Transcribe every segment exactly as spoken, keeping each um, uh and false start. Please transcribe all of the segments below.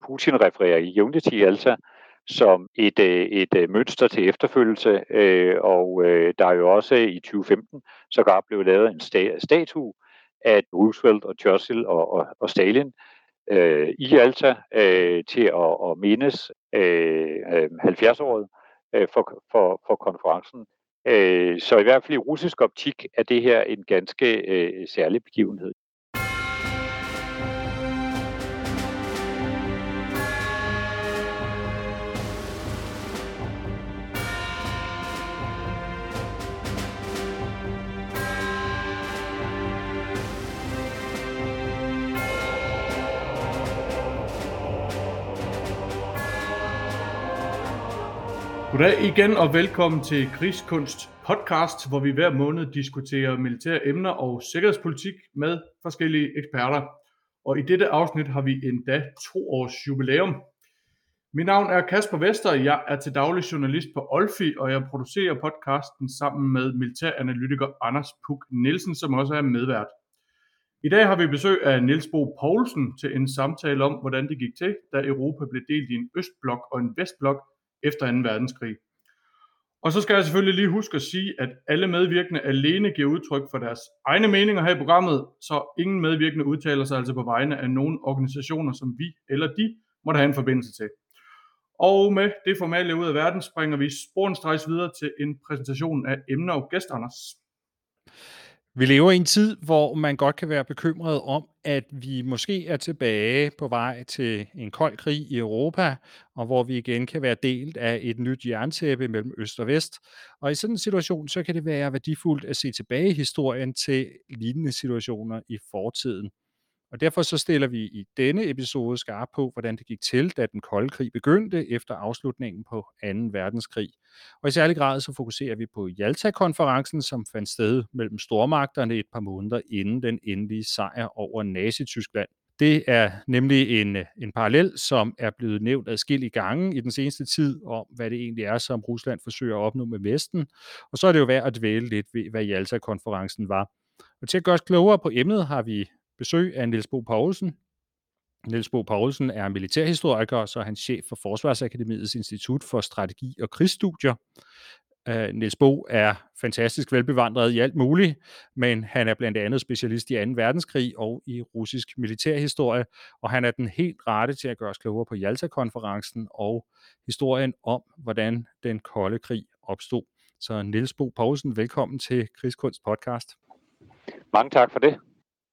Putin refererer i jævnligt til Jalta som et, et, et mønster til efterfølgelse, øh, og øh, der er jo også i tyve femten sågar blev lavet en sta- statue af Roosevelt og Churchill og, og, og Stalin øh, i Jalta øh, til at, at mindes øh, halvfjerds-året øh, for, for, for konferencen. Øh, så i hvert fald i russisk optik er det her en ganske øh, særlig begivenhed. Goddag igen og velkommen til Krigskunst podcast, hvor vi hver måned diskuterer militære emner og sikkerhedspolitik med forskellige eksperter. Og i dette afsnit har vi endda to års jubilæum. Mit navn er Kasper Vester, jeg er til daglig journalist på Olfi, og jeg producerer podcasten sammen med militæranalytiker Anders Puk Nielsen, som også er medvært. I dag har vi besøg af Niels Bo Poulsen til en samtale om, hvordan det gik til, da Europa blev delt i en østblok og en vestblok efter anden verdenskrig. Og så skal jeg selvfølgelig lige huske at sige, at alle medvirkende alene giver udtryk for deres egne meninger her i programmet, så ingen medvirkende udtaler sig altså på vegne af nogle organisationer, som vi eller de måtte have en forbindelse til. Og med det formelle ud af verden springer vi sporenstrejs videre til en præsentation af emner og gæster, Anders. Vi lever i en tid, hvor man godt kan være bekymret om, at vi måske er tilbage på vej til en kold krig i Europa, og hvor vi igen kan være delt af et nyt jerntæppe mellem øst og vest. Og i sådan en situation, så kan det være værdifuldt at se tilbage i historien til lignende situationer i fortiden. Og derfor så stiller vi i denne episode skarpt på, hvordan det gik til, da den kolde krig begyndte efter afslutningen på anden verdenskrig. Og i særlig grad så fokuserer vi på Jalta-konferencen, som fandt sted mellem stormagterne et par måneder inden den endelige sejr over Nazi-Tyskland. Det er nemlig en, en parallel, som er blevet nævnt adskillige gange i den seneste tid om, hvad det egentlig er, som Rusland forsøger at opnå med Vesten. Og så er det jo værd at dvæle lidt ved, hvad Jalta-konferencen var. Og til at gøre os klogere på emnet har vi besøg af Niels Bo Poulsen. Niels Bo Poulsen er militærhistoriker, så er han chef for Forsvarsakademiets Institut for Strategi og Krigsstudier. Uh, Niels Bo er fantastisk velbevandret i alt muligt, men han er blandt andet specialist i anden verdenskrig og i russisk militærhistorie, og han er den helt rette til at gøre os klogere på Jalta-konferencen og historien om, hvordan den kolde krig opstod. Så Niels Bo Poulsen, velkommen til Krigskunst podcast. Mange tak for det.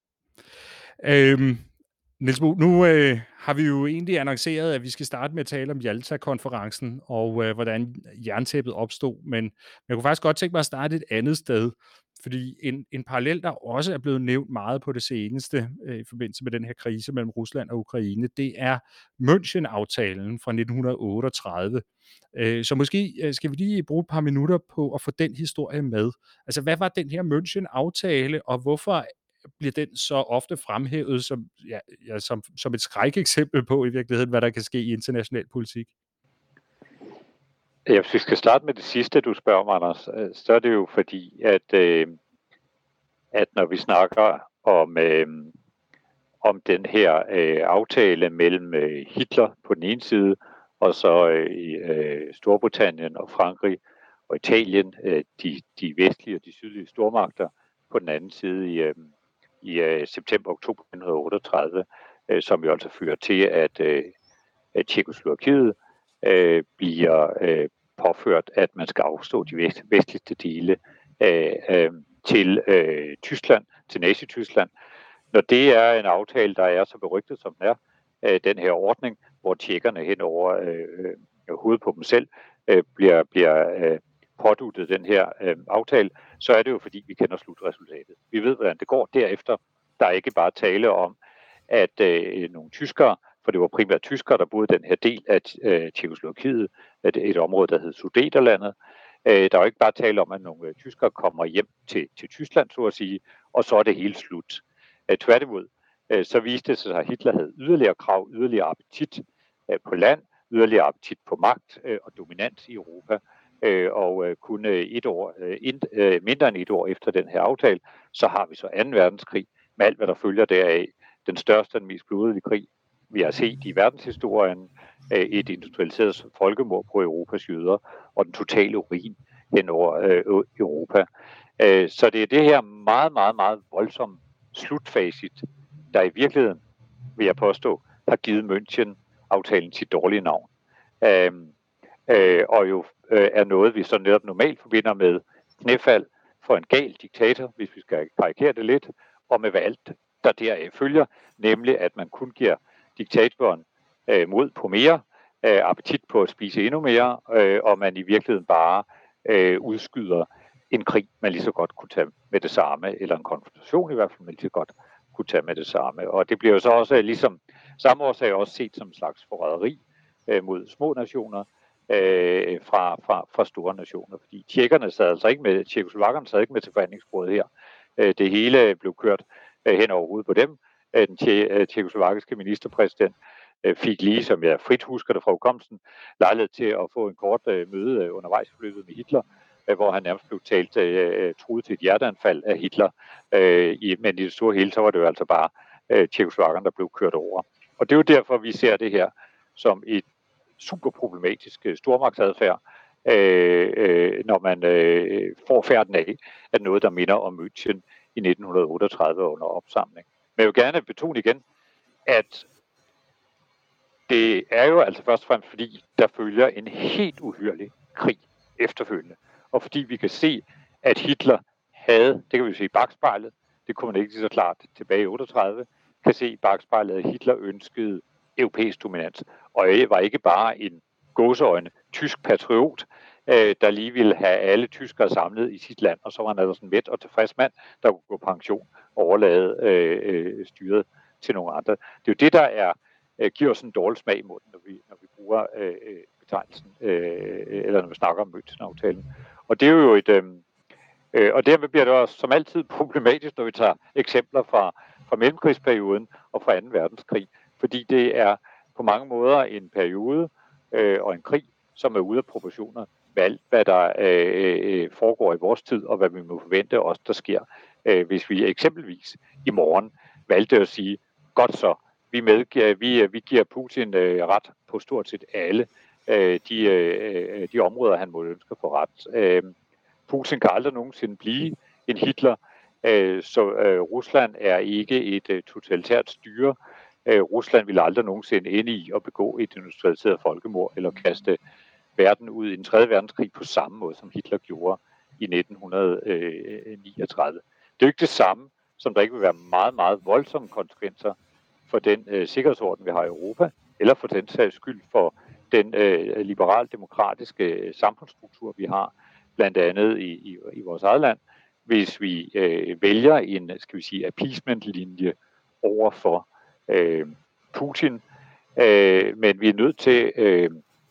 Øhm, Niels Bo, nu øh, har vi jo egentlig annonceret, at vi skal starte med at tale om Jalta-konferencen og øh, hvordan jerntæppet opstod, men jeg kunne faktisk godt tænke mig at starte et andet sted, fordi en, en parallel, der også er blevet nævnt meget på det seneste øh, i forbindelse med den her krise mellem Rusland og Ukraine, det er München-aftalen fra nitten otteogtredive. Øh, så måske øh, skal vi lige bruge et par minutter på at få den historie med. Altså, hvad var den her München-aftale, og hvorfor bliver den så ofte fremhævet som, ja, ja, som, som et skrækeksempel på i virkeligheden, hvad der kan ske i international politik? Ja, hvis vi skal starte med det sidste, du spørger mig, Anders, så er det jo fordi, at, øh, at når vi snakker om, øh, om den her øh, aftale mellem øh, Hitler på den ene side, og så øh, Storbritannien og Frankrig og Italien, øh, de, de vestlige og de sydlige stormagter på den anden side i øh, i uh, september-oktober nitten otteogtredive, uh, som jo altså fører til, at, uh, at Tjekkoslovakiet uh, bliver uh, påført, at man skal afstå de vest- vestligste dele uh, uh, til uh, Tyskland, til Nazi-Tyskland. Når det er en aftale, der er så berygtet, som den er, uh, den her ordning, hvor tjekkerne hen over uh, hovedet på dem selv uh, bliver, bliver uh, påduttet den her øh, aftale, så er det jo fordi, vi kender slutresultatet. Vi ved, hvordan det går derefter. Der er ikke bare tale om, at øh, nogle tyskere, for det var primært tyskere, der boede den her del af øh, Tjekkoslovakiet, et, et område, der hed Sudeterlandet. Øh, der er jo ikke bare tale om, at nogle øh, tyskere kommer hjem til, til Tyskland, så at sige, og så er det helt slut. Øh, tværtimod, øh, så viste det sig, at Hitler havde yderligere krav, yderligere appetit øh, på land, yderligere appetit på magt øh, og dominans i Europa. Øh, og øh, kun øh, et år, øh, ind, øh, mindre end et år efter den her aftale, så har vi så anden verdenskrig med alt, hvad der følger deraf. Den største og den mest blodige krig vi har set i verdenshistorien, øh, et industrialiseret folkemord på Europas jøder og den totale urin hen over øh, Europa. Øh, så det er det her meget, meget, meget voldsomme slutfacit, der i virkeligheden, vil jeg påstå, har givet München-aftalen sit dårlige navn. Øh, øh, og jo øh, er noget, vi så netop normalt forbinder med knæfald for en gal diktator, hvis vi skal karikere det lidt, og med hvad alt, der deraf følger, nemlig at man kun giver diktatoren øh, mod på mere, øh, appetit på at spise endnu mere, øh, og man i virkeligheden bare øh, udskyder en krig, man lige så godt kunne tage med det samme, eller en konfrontation i hvert fald, man lige så godt kunne tage med det samme. Og det bliver jo så også ligesom samme årsag også set som en slags forræderi øh, mod små nationer, Øh, fra, fra, fra store nationer, fordi tjekkerne sad altså ikke med, tjekkoslovakkerne sad ikke med til forhandlingsbordet her. Øh, det hele blev kørt øh, hen over hovedet på dem. Øh, den tje, øh, tjekkoslovakiske ministerpræsident øh, fik lige, som jeg frit husker det fra hukommelsen, lejlighed til at få en kort øh, møde øh, undervejs forløbet med Hitler, øh, hvor han nærmest blev talt øh, truet til et hjerteanfald af Hitler. Øh, i, men i det store hele, så var det jo altså bare øh, tjekkoslovakkerne, der blev kørt over. Og det er jo derfor, vi ser det her som et super problematisk stormagtsadfærd, øh, øh, når man øh, får færden af, at noget, der minder om München i nitten otteogtredive under opsamling. Men jeg vil gerne betone igen, at det er jo altså først og fremmest, fordi der følger en helt uhyrlig krig efterfølgende. Og fordi vi kan se, at Hitler havde, det kan vi se i bagspejlet, det kunne man ikke lige så klart tilbage i otteogtredive, kan se i bagspejlet, at Hitler ønskede europæisk dominans. Og jeg var ikke bare en gåseøjne tysk patriot, øh, der lige ville have alle tyskere samlet i sit land, og så var han altså sådan en mæt og tilfreds mand, der kunne gå pension og overlade øh, øh, styret til nogle andre. Det er jo det, der er, øh, giver os en dårlig smag i munden, når vi, når vi bruger øh, betegnelsen, øh, eller når vi snakker om München-aftalen. Og det er jo et, øh, øh, og dermed bliver det også som altid problematisk, når vi tager eksempler fra, fra mellemkrigsperioden og fra anden verdenskrig, fordi det er på mange måder en periode øh, og en krig, som er ude af proportioner med alt, hvad der øh, foregår i vores tid, og hvad vi må forvente også, der sker, øh, hvis vi eksempelvis i morgen valgte at sige, godt så, vi, medgiver, vi, vi giver Putin øh, ret på stort set alle øh, de, øh, de områder, han må ønske for ret. Øh, Putin kan aldrig nogensinde blive en Hitler, øh, så øh, Rusland er ikke et øh, totalitært styre. Øh, Rusland ville aldrig nogensinde ende i at begå et industrialiseret folkemord eller kaste verden ud i den tredje verdenskrig på samme måde, som Hitler gjorde i nitten niogtredive. Det er jo ikke det samme, som der ikke vil være meget, meget voldsomme konsekvenser for den øh, sikkerhedsorden, vi har i Europa, eller for den sags skyld for den øh, liberal-demokratiske samfundsstruktur, vi har blandt andet i, i, i vores eget land, hvis vi øh, vælger en, skal vi sige, appeasement-linje over for øh, Putin. Øh, men vi er nødt til øh,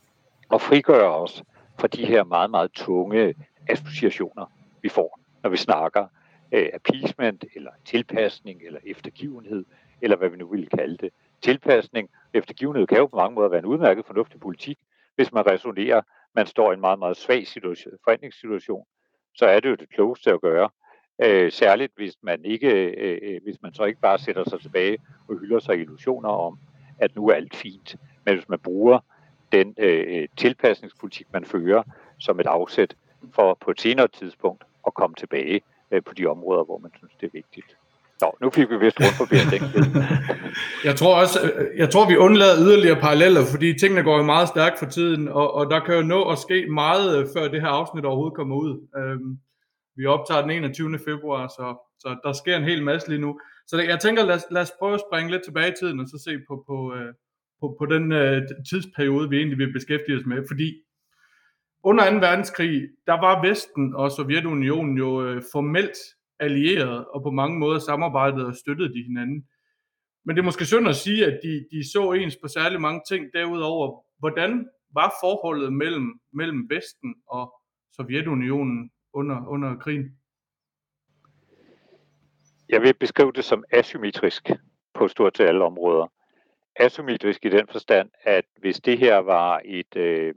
at frigøre os fra de her meget, meget tunge associationer, vi får, når vi snakker øh, appeasement, eller tilpasning, eller eftergivenhed, eller hvad vi nu vil kalde det. Tilpasning, eftergivenhed kan jo på mange måder være en udmærket fornuftig politik, hvis man resonerer, man står i en meget, meget svag situation, forhandlingssituation, så er det jo det klogeste at gøre. Øh, særligt hvis man ikke, øh, hvis man så ikke bare sætter sig tilbage og hylder sig illusioner om, at nu er alt fint. Men hvis man bruger den øh, tilpasningspolitik, man fører, som et afsæt for på et senere tidspunkt at komme tilbage øh, på de områder, hvor man synes, det er vigtigt. Nå, nu fik vi vist rundt forbi en enkelt. Jeg tror også, jeg tror vi undlader yderligere paralleller, fordi tingene går jo meget stærkt for tiden, og, og der kan jo nå at ske meget, før det her afsnit overhovedet kommer ud. Øhm, vi optager den enogtyvende februar, så, så der sker en hel masse lige nu. Så jeg tænker, lad, lad os prøve at springe lidt tilbage i tiden, og så se på, på, på, på den uh, tidsperiode, vi egentlig vil beskæftige os med. Fordi under anden verdenskrig, der var Vesten og Sovjetunionen jo uh, formelt allieret, og på mange måder samarbejdede og støttede de hinanden. Men det er måske synd at sige, at de, de så ens på særlig mange ting derudover. Hvordan var forholdet mellem, mellem Vesten og Sovjetunionen under, under krigen? Jeg vil beskrive det som asymmetrisk på stort set alle områder. Asymmetrisk i den forstand, at hvis det her var et, øh,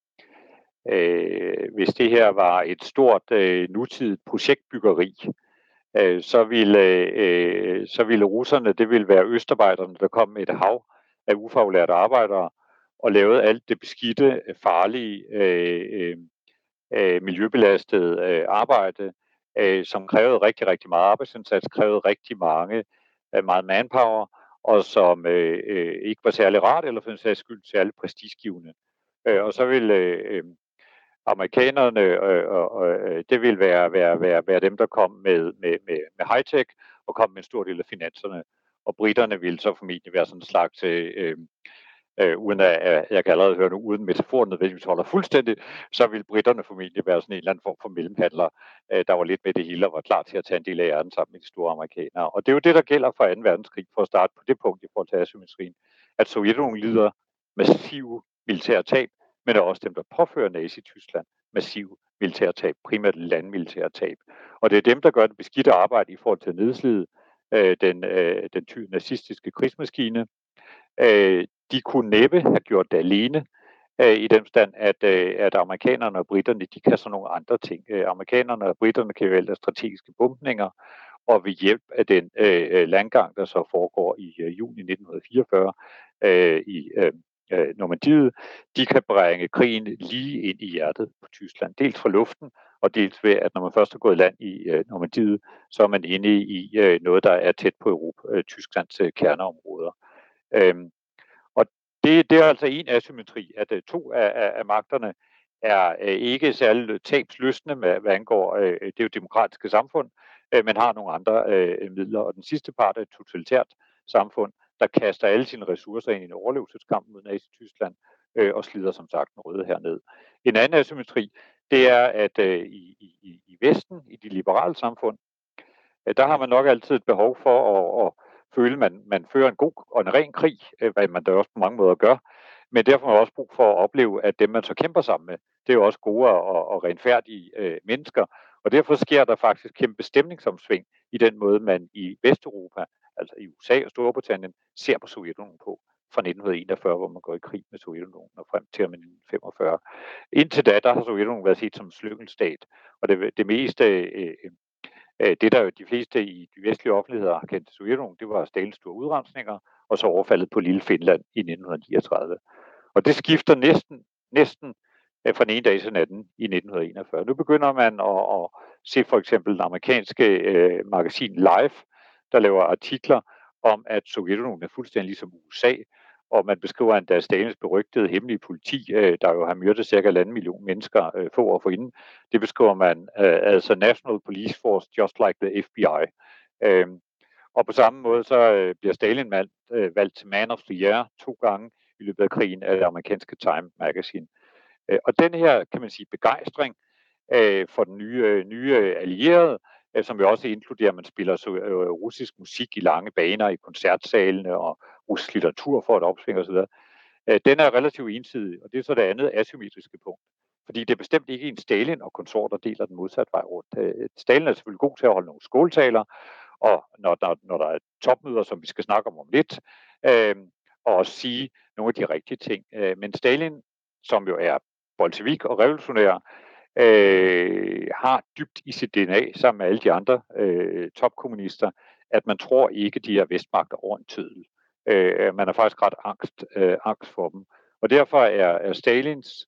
øh, hvis det her var et stort øh, nutidigt projektbyggeri, øh, så ville, øh, så ville russerne, det ville være østarbejderne, der kom med et hav af ufaglærte arbejdere, og lavede alt det beskidte, farlige, øh, øh, miljøbelastede øh, arbejde, øh, som krævede rigtig, rigtig meget arbejdsindsats, krævede rigtig mange, øh, meget manpower, og som øh, øh, ikke var særlig rart, eller for en sags skyld særlig prestigegivende. Øh, og så ville øh, amerikanerne, øh, og øh, det ville være, være, være, være dem, der kom med, med, med, med high-tech, og kom med en stor del af finanserne. Og britterne ville så formentlig være sådan en slags, øh, øh, uden at jeg kan allerede høre nu, uden metaforen nødvendigvis holder fuldstændig, så ville britterne formentlig være sådan en eller anden form for mellemhandler, øh, der var lidt med det hele og var klar til at tage en del af æren sammen med de store amerikanere. Og det er jo det, der gælder for anden verdenskrig, for at starte på det punkt i forhold til asymmetrien, at Sovjetunionen lider massive militære tab, men er også dem, der påfører Nazi-Tyskland massive militære tab, primært landmilitære tab. Og det er dem, der gør det beskidte arbejde i forhold til at nedslide øh, den, øh, den ty- nazistiske krigsmaskine. Øh, de kunne næppe have gjort det alene, øh, i den stand, at, øh, at amerikanerne og britterne, de kan sådan nogle andre ting. Øh, amerikanerne og britterne kan vælge strategiske bombninger, og ved hjælp af den øh, landgang, der så foregår i øh, juni nitten fireogfyrre øh, i øh, øh, Normandiet, de kan bringe krigen lige ind i hjertet på Tyskland. Dels fra luften, og dels ved, at når man først er gået i land i øh, Normandiet, så er man inde i øh, noget, der er tæt på Europa, øh, Tysklands øh, kerneområder. Øhm, og det, det er altså en asymmetri, at uh, to af, af, af magterne er uh, ikke særlig tabsløsende, med, hvad angår uh, det er jo demokratiske samfund, uh, men har nogle andre uh, midler. Og den sidste part er et totalitært samfund, der kaster alle sine ressourcer ind i en overlevelseskamp mod Nazi-Tyskland uh, og slider som sagt den røde herned. En anden asymmetri, det er, at uh, i, i, i Vesten, i de liberale samfund, uh, der har man nok altid et behov for at, at føle, at man, man fører en god og en ren krig, hvad man da også på mange måder gør. Men derfor har man også brug for at opleve, at dem, man så kæmper sammen med, det er jo også gode og, og renfærdige øh, mennesker. Og derfor sker der faktisk kæmpe stemningsomsving i den måde, man i Vesteuropa, altså i U S A og Storbritannien, ser på Sovjetunionen på fra nitten enogfyrre, hvor man går i krig med Sovjetunionen og frem til nitten femogfyrre. Indtil da, der har Sovjetunionen været set som en slyngelstat, og det, det meste øh, Det, der jo de fleste i de vestlige offentligheder har kendt Sovjetunionen, det var Stalins store udrensninger, og så overfaldet på lille Finland i nitten niogtredive. Og det skifter næsten, næsten fra den ene dag til den anden i nitten enogfyrre. Nu begynder man at, at se for eksempel den amerikanske øh, magasin Life, der laver artikler om, at Sovjetunionen er fuldstændig ligesom U S A, og man beskriver endda Stalins berygtede hemmelige politi, øh, der jo har myrdet cirka en million mennesker øh, få år forinden. Det beskriver man øh, altså National Police Force, just like the F B I. Øh, og på samme måde så øh, bliver Stalin valgt, øh, valgt til Man of the Year to gange i løbet af krigen af det amerikanske Time Magazine. Øh, og den her, kan man sige, begejstring øh, for den nye, øh, nye allierede, øh, som jo også inkluderer, at man spiller så, øh, russisk musik i lange baner i koncertsalene og russisk litteratur for et opsving osv., øh, den er relativt ensidig, og det er så det andet asymmetriske punkt. Fordi det er bestemt ikke en Stalin og konsorter deler den modsatte vej rundt. Øh, Stalin er selvfølgelig god til at holde nogle skåltaler, og når der, når der er topmøder, som vi skal snakke om om lidt, øh, og også sige nogle af de rigtige ting. Øh, men Stalin, som jo er bolsjevik og revolutionær, øh, har dybt i sit D N A, sammen med alle de andre øh, topkommunister, at man tror ikke, de er vestmagter over en tøddel. Øh, man er faktisk ret angst, øh, angst for dem. Og derfor er, er Stalins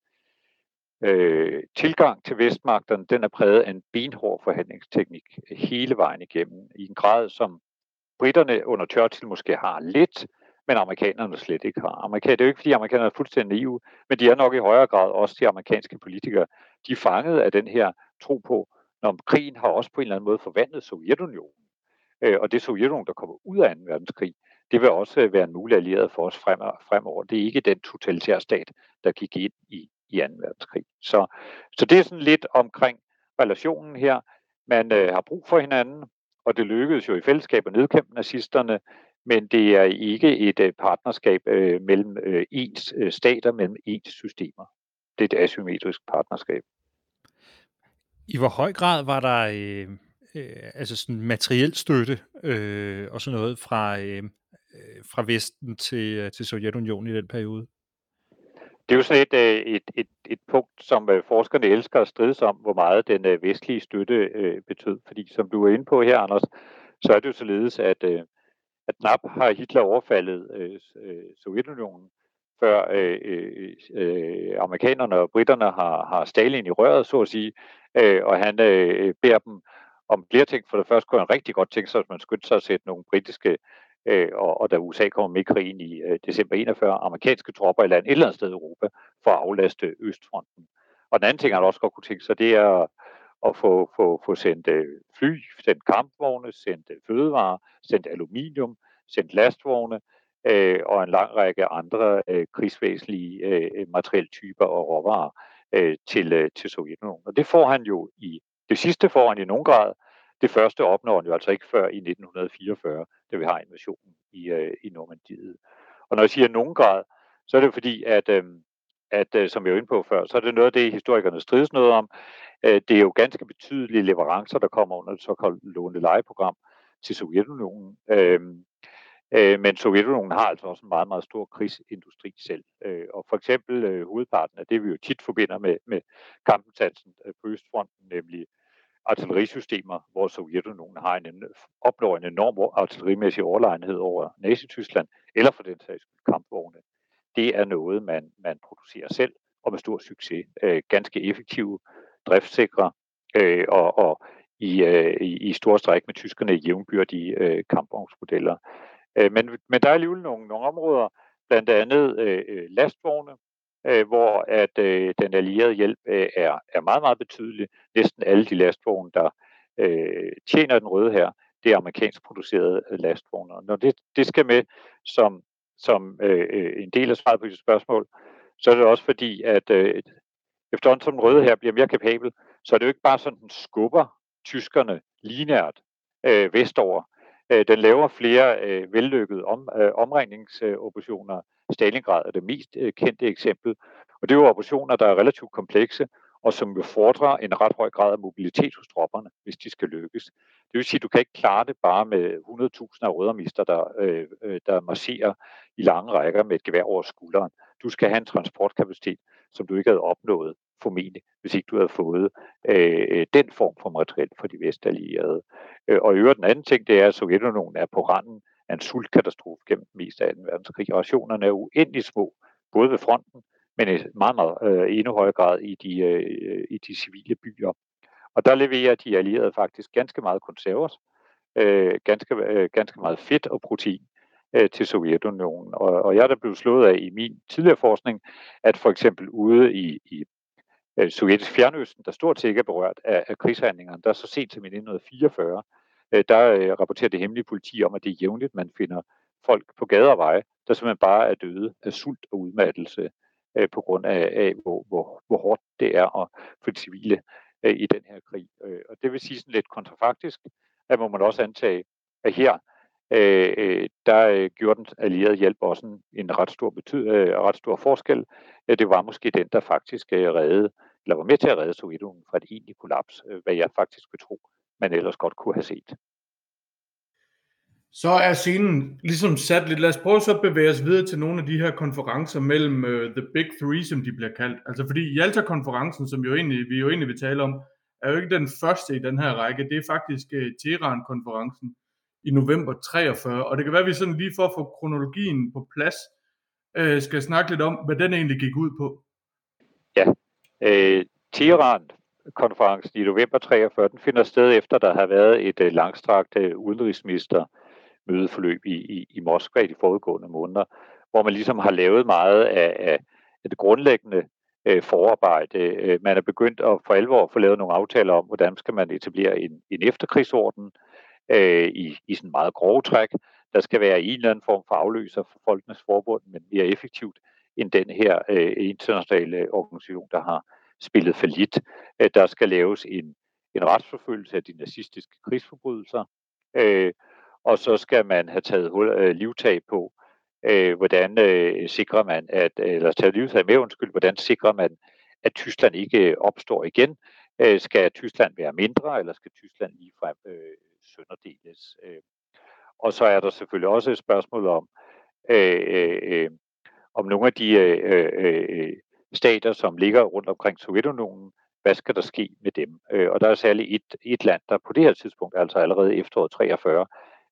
øh, tilgang til vestmagterne, den er præget af en benhård forhandlingsteknik hele vejen igennem, i en grad, som britterne under Churchill måske har lidt, men amerikanerne slet ikke har. Amerika- det er jo ikke, fordi amerikanerne er fuldstændig naive, men de er nok i højere grad også de amerikanske politikere. De er fanget af den her tro på, når krigen har også på en eller anden måde forvandlet Sovjetunionen. Øh, og det Sovjetunionen, der kommer ud af anden verdenskrig, det vil også være en mulig allieret for os fremover. Det er ikke den totalitære stat, der gik ind i, i anden verdenskrig. Så, så det er sådan lidt omkring relationen her. Man øh, har brug for hinanden, og det lykkedes jo i fællesskab at nedkæmpe nazisterne, men det er ikke et øh, partnerskab øh, mellem øh, ens øh, stater, mellem ens systemer. Det er et asymmetrisk partnerskab. I hvor høj grad var der øh, øh, altså sådan materiel støtte øh, og sådan noget fra, øh, fra Vesten til, til Sovjetunionen i den periode? Det er jo sådan et, et, et, et punkt, som forskerne elsker at strides om, hvor meget den vestlige støtte øh, betød. Fordi som du er inde på her, Anders, så er det jo således, at, øh, at knap har Hitler overfaldet øh, øh, Sovjetunionen, før øh, øh, øh, amerikanerne og britterne har, har Stalin i røret, så at sige, øh, og han øh, beder dem om flere ting. For det første kunne han rigtig godt tænke sig, at man skyndte sig at sætte nogle britiske, øh, og, og da U S A kommer med i krigen i øh, december enogfyrre, amerikanske tropper i land et eller andet sted i Europa, for at aflaste Østfronten. Og den anden ting, han også godt kunne tænke sig, det er at få, få, få sendt øh, fly, sendt kampvogne, sendt øh, fødevarer, sendt aluminium, sendt lastvogne, øh, og en lang række andre øh, krigsvæsentlige øh, materieltyper og råvarer øh, til, øh, til Sovjetunionen. Og det får han jo i, det sidste får han i nogen grad, det første opnår han jo altså ikke før i nitten fireogfyrre, da vi har invasionen i, øh, i Normandiet. Og når jeg siger nogen grad, så er det fordi, at, øh, at øh, som jeg var inde på før, så er det noget af det, historikerne strides noget om. Øh, det er jo ganske betydelige leverancer, der kommer under det såkaldte låne lejeprogram til Sovjetunionen. Øh, øh, men Sovjetunionen har altså også en meget, meget stor krigsindustri selv. Øh, og for eksempel øh, hovedparten af det, vi jo tit forbinder med, med kampindsatsen øh, på Østfronten, nemlig artillerisystemer, hvor Sovjetunionen har en, opnår en enorm artillerimæssig overlegenhed over Nazi-Tyskland, eller for den sags skyld kampvogne. Det er noget, man, man producerer selv, og med stor succes. Øh, ganske effektive, driftssikre, øh, og, og i, øh, i, i stor stræk med tyskerne i jævnbyrdige øh, kampvognsmodeller. Øh, men, men der er alligevel nogle, nogle områder, blandt andet øh, lastvogne, øh, hvor at øh, den allierede hjælp øh, er, er meget, meget betydelig. Næsten alle de lastvogne, der øh, tjener den røde her, det er amerikansk producerede lastvogne. Og når det, det skal med som, som øh, en del af svaret på dit spørgsmål, så er det også fordi, at øh, efterhånden som den røde her bliver mere kapabel, så er det jo ikke bare sådan, den skubber tyskerne linært øh, vestover. Øh, den laver flere øh, vellykkede om, øh, omringningsoperationer. Stalingrad er det mest øh, kendte eksempel. Og det er jo operationer, der er relativt komplekse, og som jo fordrer en ret høj grad af mobilitet hos tropperne, hvis de skal lykkes. Det vil sige, at du kan ikke klare det bare med hundrede tusinder af rødermister, der, øh, der marcherer i lange rækker med et gevær over skulderen. Du skal have en transportkapacitet, som du ikke havde opnået formentlig, hvis ikke du havde fået øh, den form for materiel for de vestallierede. Øh, og i øvrigt den anden ting, det er, at Sovjetunionen er på randen af en sultkatastrofe gennem det meste af anden verdenskrig. Rationerne er uendelig små, både ved fronten, men i meget, meget øh, endnu højere grad i de, øh, i de civile byer. Og der leverer de allierede faktisk ganske meget konserver, øh, ganske, øh, ganske meget fedt og protein øh, til Sovjetunionen. Og, og jeg er da blevet slået af i min tidligere forskning, at for eksempel ude i, i øh, sovjetisk fjernøsten, der stort set ikke er berørt af, af krigshandlingerne, der så sent som i nitten fireogfyrre, øh, der øh, rapporterer det hemmelige politi om, at det er jævnligt, man finder folk på gader og veje, der simpelthen bare er døde af sult og udmattelse øh, på grund af, af hvor, hvor, hvor hårdt det er at, for de civile øh, i den her krig. Øh, og det vil sige sådan lidt kontrafaktisk, at må man også antage, at her øh, øh, der øh, gjorde den allierede hjælp også en, en ret, stor betyd, øh, ret stor forskel. Øh, det var måske den, der faktisk øh, reddede, eller var med til at redde Sovjetunionen fra et egentligt kollaps, øh, hvad jeg faktisk vil tro, man ellers godt kunne have set. Så er scenen ligesom sat lidt. Lad os prøve så at bevæge os videre til nogle af de her konferencer mellem uh, The Big Three, som de bliver kaldt. Altså fordi Jalta-konferencen, som jo egentlig, vi jo egentlig vil tale om, er jo ikke den første i den her række. Det er faktisk uh, Teheran-konferencen i november treogfyrre. Og det kan være, at vi sådan lige for at få kronologien på plads, uh, skal snakke lidt om, hvad den egentlig gik ud på. Ja, øh, Teheran konferencen i november treogfyrre, den finder sted efter, der har været et uh, langstrakt uh, udenrigsminister mødeforløb i, i, i Moskva i de foregående måneder, hvor man ligesom har lavet meget af, af, af det grundlæggende uh, forarbejde. Uh, man er begyndt at for alvor få lavet nogle aftaler om, hvordan skal man etablere en, en efterkrigsorden uh, i, i sådan meget grove træk. Der skal være en eller anden form for afløser for Folkenes Forbund, men mere effektivt end den her uh, internationale organisation, der har spillet fallit. Uh, der skal laves en, en retsforfølgelse af de nazistiske krigsforbrydelser, uh, og så skal man have taget hul, uh, livtag på, uh, hvordan uh, sikrer man, at, eller taget livtag med, undskyld, hvordan sikrer man, at Tyskland ikke opstår igen. Uh, skal Tyskland være mindre, eller skal Tyskland ligefrem uh, sønderdeles? Uh, og så er der selvfølgelig også et spørgsmål om, uh, uh, om nogle af de uh, uh, stater, som ligger rundt omkring Sovjetunionen, hvad skal der ske med dem? Uh, og der er særligt et, et land, der på det her tidspunkt, altså allerede efteråret treogfyrre,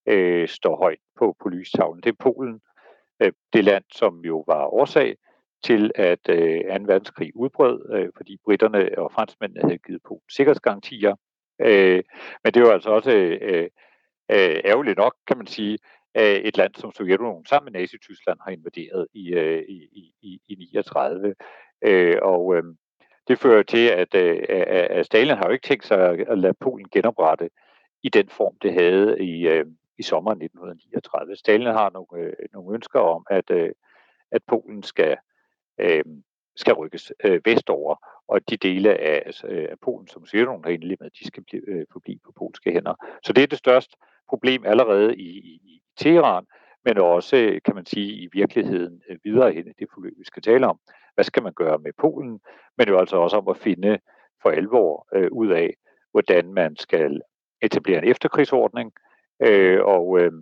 øh, står højt på, på lystavlen. Det er Polen, øh, det land, som jo var årsag til, at øh, anden verdenskrig udbrød, øh, fordi britterne og franskmændene havde givet Polen sikkerhedsgarantier. Øh, men det var altså også øh, øh, ærgerligt nok, kan man sige, øh, et land som Sovjetunionen sammen med Nazi-Tyskland har invaderet i, øh, i, i, i niogtredive. Øh, og øh, det fører til, at, øh, at Stalin har jo ikke tænkt sig at lade Polen genoprette i den form, det havde i, øh, i sommeren nitten niogtredive. Stalin har nogle, øh, nogle ønsker om, at, øh, at Polen skal, øh, skal rykkes øh, vestover, og de dele af, øh, af Polen, som Sovjetunionen har indledt med, de skal blive, øh, forblive på polske hænder. Så det er det største problem allerede i, i, i Teheran, men også, kan man sige, i virkeligheden øh, videre hen i det forløb, vi skal tale om. Hvad skal man gøre med Polen, men jo altså også om at finde for alvor øh, ud af, hvordan man skal etablere en efterkrigsordning, øh, og, øh,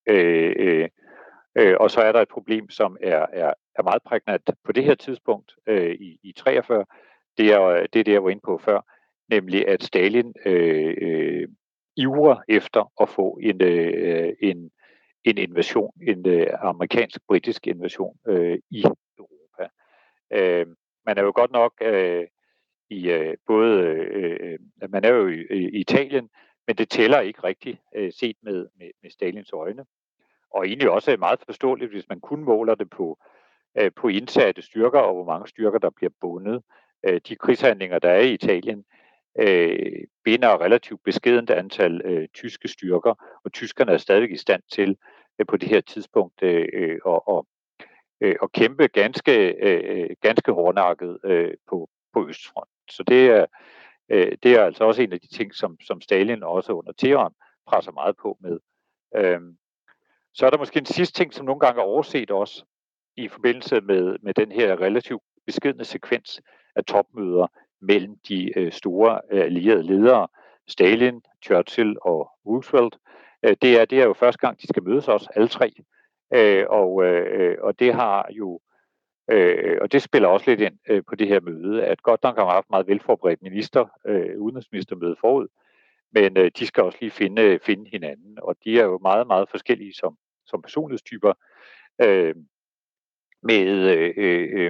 øh, øh, og så er der et problem, som er, er, er meget prægnant på det her tidspunkt øh, i, i treogfyrre. Det er, det er det, jeg var inde på før, nemlig at Stalin øh, øh, ivrer efter at få en, øh, en, en invasion, en øh, amerikansk-britisk invasion øh, i Europa. Øh, man er jo godt nok øh, i øh, både, øh, man er jo i, i Italien, men det tæller ikke rigtigt øh, set med, med, med Stalins øjne. Og egentlig også meget forståeligt, hvis man kun måler det på, øh, på indsatte styrker, og hvor mange styrker, der bliver bundet. Øh, de krigshandlinger, der er i Italien, øh, binder relativt beskedent antal øh, tyske styrker, og tyskerne er stadig i stand til øh, på det her tidspunkt øh, at, at, øh, at kæmpe ganske, øh, ganske hårdnakket øh, på, på Østfront. Så det er, øh, det er altså også en af de ting, som, som Stalin også under Teheran presser meget på med. Øh, Så er der måske en sidste ting, som nogle gange er overset også i forbindelse med, med den her relativt beskedne sekvens af topmøder mellem de øh, store øh, allierede ledere, Stalin, Churchill og Roosevelt. Øh, det, er, det er jo første gang, de skal mødes også, alle tre. Øh, og, øh, og det har jo øh, og det spiller også lidt ind øh, på det her møde, at godt nok har man haft meget velforberedt minister, øh, udenrigsministermøde forud, men øh, de skal også lige finde, finde hinanden, og de er jo meget, meget forskellige som, som personlighedstyper. Øh, med, øh, øh,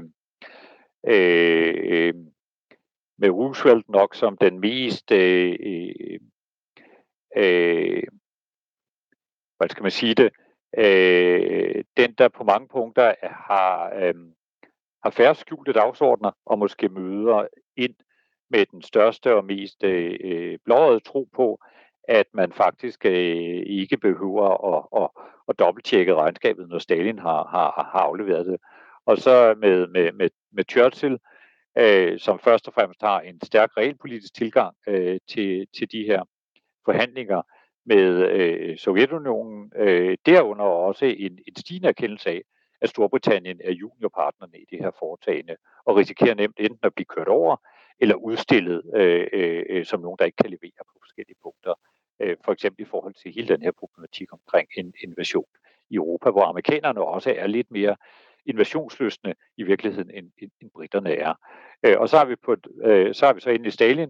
øh, med Roosevelt nok som den mest, øh, øh, hvad skal man sige det, øh, den der på mange punkter har, øh, har færre skjulte dagsordner, og måske møder ind med den største og mest øh, blåøjede tro på, at man faktisk øh, ikke behøver at, at, at dobbelttjekke regnskabet, når Stalin har, har, har afleveret det. Og så med, med, med, med Churchill, øh, som først og fremmest har en stærk realpolitisk tilgang øh, til, til de her forhandlinger med øh, Sovjetunionen, øh, derunder også en, en stigende erkendelse af, at Storbritannien er juniorpartnerne i det her foretagende, og risikerer nemt enten at blive kørt over, eller udstillet øh, øh, som nogen, der ikke kan levere på forskellige punkter. Øh, for eksempel i forhold til hele den her problematik omkring en invasion i Europa, hvor amerikanerne også er lidt mere invasionsløsne i virkeligheden, end, end, end britterne er. Øh, og så har vi på, øh, så har vi så inde i Stalin,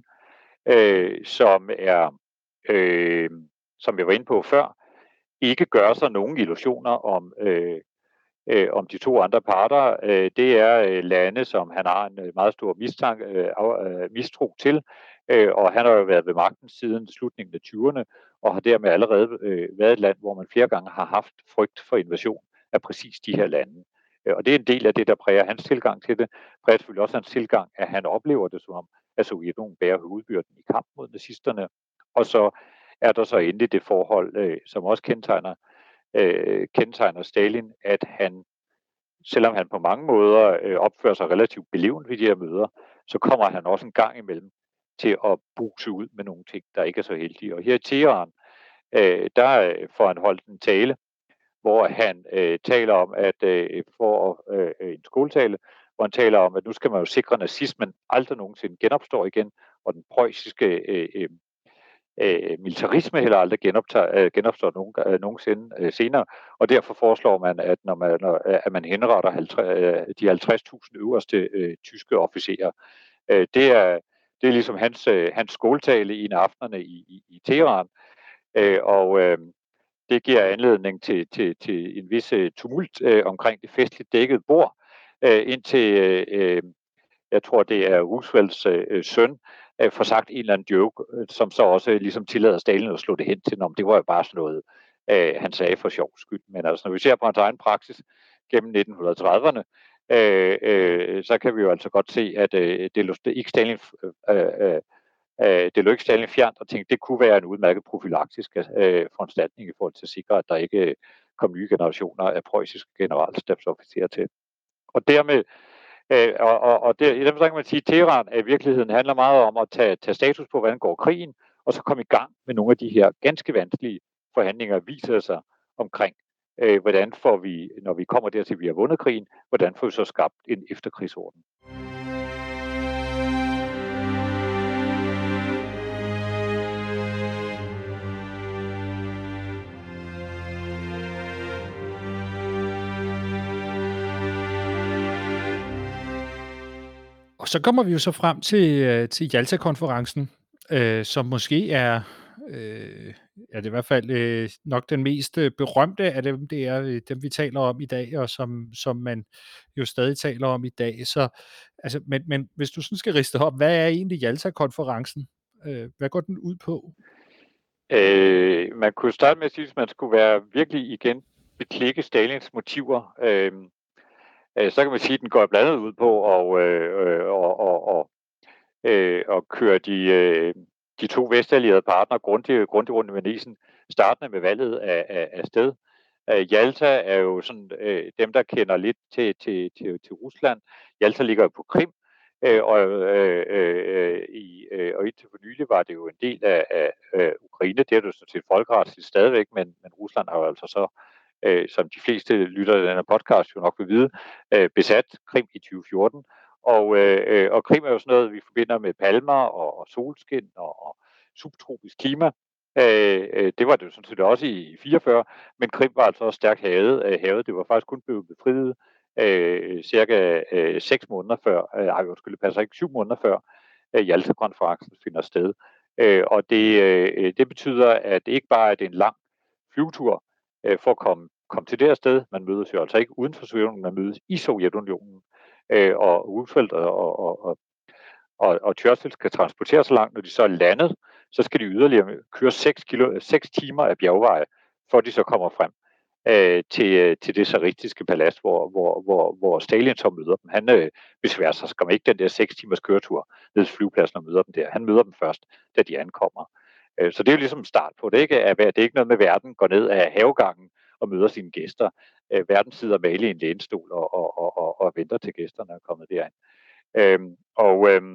øh, som er, øh, som jeg var inde på før, ikke gør sig nogen illusioner om øh, øh, om de to andre parter. Øh, det er øh, lande, som han har en meget stor mistanke, øh, øh, mistro til, øh, og han har jo været ved magten siden slutningen af tyverne, og har dermed allerede øh, været et land, hvor man flere gange har haft frygt for invasion af præcis de her lande. Øh, og det er en del af det, der præger hans tilgang til det. Præger selvfølgelig også hans tilgang, at han oplever det som om, at Sovjetunionen bærer hovedbyrden i kamp mod nazisterne. Og så er der så endelig det forhold, øh, som også kendetegner Øh, kendetegner Stalin, at han, selvom han på mange måder øh, opfører sig relativt belevent ved de her møder, så kommer han også en gang imellem til at buse ud med nogle ting, der ikke er så heldige. Og her i Teheran, øh, der får han holdt en tale, hvor han øh, taler om, at øh, for øh, en skoletale, hvor han taler om, at nu skal man jo sikre, at nazismen aldrig nogensinde genopstår igen, og den preussiske øh, øh, Øh, militarisme heller aldrig genoptager, øh, genopstår nogen, øh, nogensinde øh, senere, og derfor foreslår man, at når man, når, at man henretter halvtreds, øh, de halvtreds tusind øverste øh, tyske officerer. Øh, det, er, det er ligesom hans, øh, hans skoletale i en aftenerne i, i, i Teheran, øh, og, øh, det giver anledning til, til, til en vis uh, tumult uh, omkring det festligt dækkede bord, uh, indtil uh, jeg tror, det er Roosevelts uh, søn, uh, får sagt en eller anden joke, uh, som så også uh, ligesom tillader Stalin at slå det hen til, om det var jo bare sådan noget, uh, han sagde for sjov skyld. Men altså, når vi ser på hans egen praksis gennem nitten trediverne, uh, uh, så kan vi jo altså godt se, at uh, det lå ikke Stalin, uh, uh, uh, det lå ikke Stalin fjernt, og tænkte, det kunne være en udmærket profylaktisk uh, foranstaltning i forhold til at sikre, at der ikke kom nye generationer af preussiske generalstabsofficerer til. Og dermed Øh, og, og, og det, i dem så kan man sige, at Teheran i virkeligheden handler meget om at tage, tage status på, hvordan går krigen, og så komme i gang med nogle af de her ganske vanskelige forhandlinger, viser sig omkring, øh, hvordan får vi, når vi kommer dertil, at vi har vundet krigen, hvordan får vi så skabt en efterkrigsorden. Og så kommer vi jo så frem til, til Jalta-konferencen, øh, som måske er, øh, er det i hvert fald øh, nok den mest berømte af dem, det er dem, vi taler om i dag, og som, som man jo stadig taler om i dag. Så, altså, men, men hvis du sådan skal riste op, hvad er egentlig Jalta-konferencen? Øh, hvad går den ud på? Øh, man kunne starte med at sige, at man skulle være virkelig igen beklikke Stalins motiver. Øh, så kan man sige, at den går blandt andet ud på og, øh, og, og, og, øh, og køre de, øh, de to vestallierede partnere grundigt, grundigt rundt i manisen, startende med valget af, af, af sted. Uh, Jalta er jo sådan øh, dem, der kender lidt til, til, til, til Rusland. Jalta ligger jo på Krim, øh, og, øh, øh, i, øh, og indtil for nylig var det jo en del af, af, af Ukraine. Det er det jo sådan set folkeretsligt stadigvæk, men, men Rusland har jo altså så, øh, som de fleste lytter af denne podcast jo nok vil vide, øh, besat Krim i tyve fjorten. Og, øh, og Krim er jo sådan noget, vi forbinder med palmer og, og solskin og, og subtropisk klima. Øh, det var det jo sådan set også i fireogfyrre, men Krim var altså også stærkt havet. Øh, havet. Det var faktisk kun blevet befriet øh, cirka øh, seks måneder før, øh, ej, undskyld, det passer ikke, syv måneder før øh, Jalta-konferencen finder sted. Øh, og det, øh, det betyder, at ikke bare er det en lang flyvetur øh, for at komme, komme til det her sted. Man mødes jo altså ikke uden for Sovjetunionen, man mødes i Sovjetunionen. Øh, og Roosevelt og, og, og, og, og Churchill skal transportere så langt, når de så er landet, så skal de yderligere køre seks timer af bjergveje, for de så kommer frem øh, til, til det tsaristiske palads, hvor, hvor, hvor, hvor Stalin så møder dem. Han øh, besværer sig, skal man ikke den der seks timers køretur ned til flyvepladsen og møder dem der. Han møder dem først, da de ankommer. Øh, så det er jo ligesom en start på det. Ikke? At det er ikke noget med, at verden går ned af havegangen og møder sine gæster. Øh, verden sidder malet i en lænestol og, og, og, og, og venter til gæsterne er kommet derind. Øh, og øh,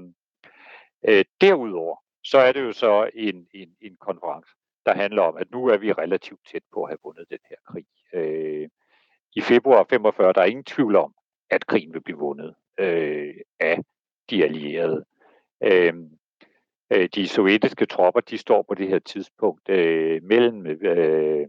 øh, derudover, så er det jo så en, en, en konference, der handler om, at nu er vi relativt tæt på at have vundet den her krig. Øh, I februar femogfyrre, der er ingen tvivl om, at krigen vil blive vundet øh, af de allierede. Øh, øh, de sovjetiske tropper, de står på det her tidspunkt øh, mellem øh,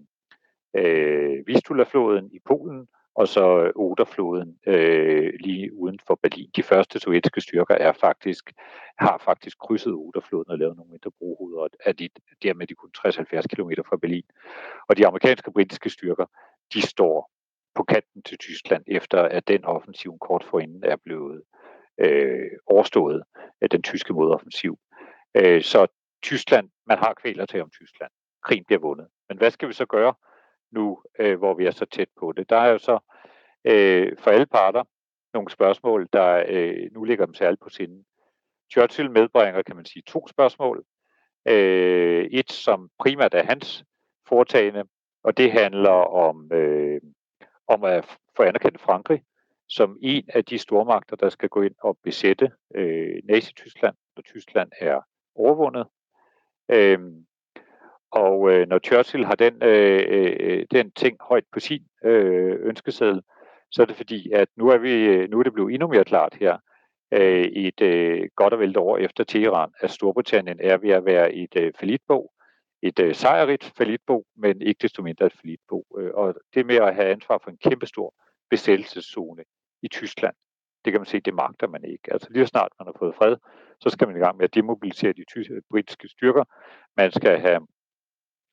øh, Vistula-floden i Polen og så Oderfloden øh, lige uden for Berlin. De første sovjetiske styrker er faktisk, har faktisk krydset Oderfloden og lavet nogle mindre brohoveder, og er de, dermed de kun tres til halvfjerds kilometer fra Berlin. Og de amerikanske og britiske styrker, de står på kanten til Tyskland, efter at den offensiv kort forinden er blevet øh, overstået af den tyske modoffensiv. Øh, så Tyskland, man har kvæler til om Tyskland. Krigen bliver vundet. Men hvad skal vi så gøre nu, øh, hvor vi er så tæt på det? Der er jo så øh, for alle parter nogle spørgsmål, der øh, nu ligger dem særligt på sinden. Churchill medbringer, kan man sige, to spørgsmål. Øh, et, som primært er hans foretagende, og det handler om, øh, om at få anerkendt Frankrig som en af de stormagter, der skal gå ind og besætte øh, Nazi-Tyskland, når Tyskland er overvundet. Øh, og øh, når Churchill har den, øh, den ting højt på sin øh, ønskeseddel, så er det fordi, at nu er, vi, nu er det blevet endnu mere klart her, øh, i et øh, godt og vel år efter Teheran, at Storbritannien er ved at være et øh, fallitbo, et øh, sejrigt fallitbo, men ikke desto mindre et fallitbo. Øh, og det med at have ansvar for en kæmpestor besættelseszone i Tyskland, det kan man se, det magter man ikke. Altså lige så snart man har fået fred, så skal man i gang med at demobilisere de tyske, britiske styrker. Man skal have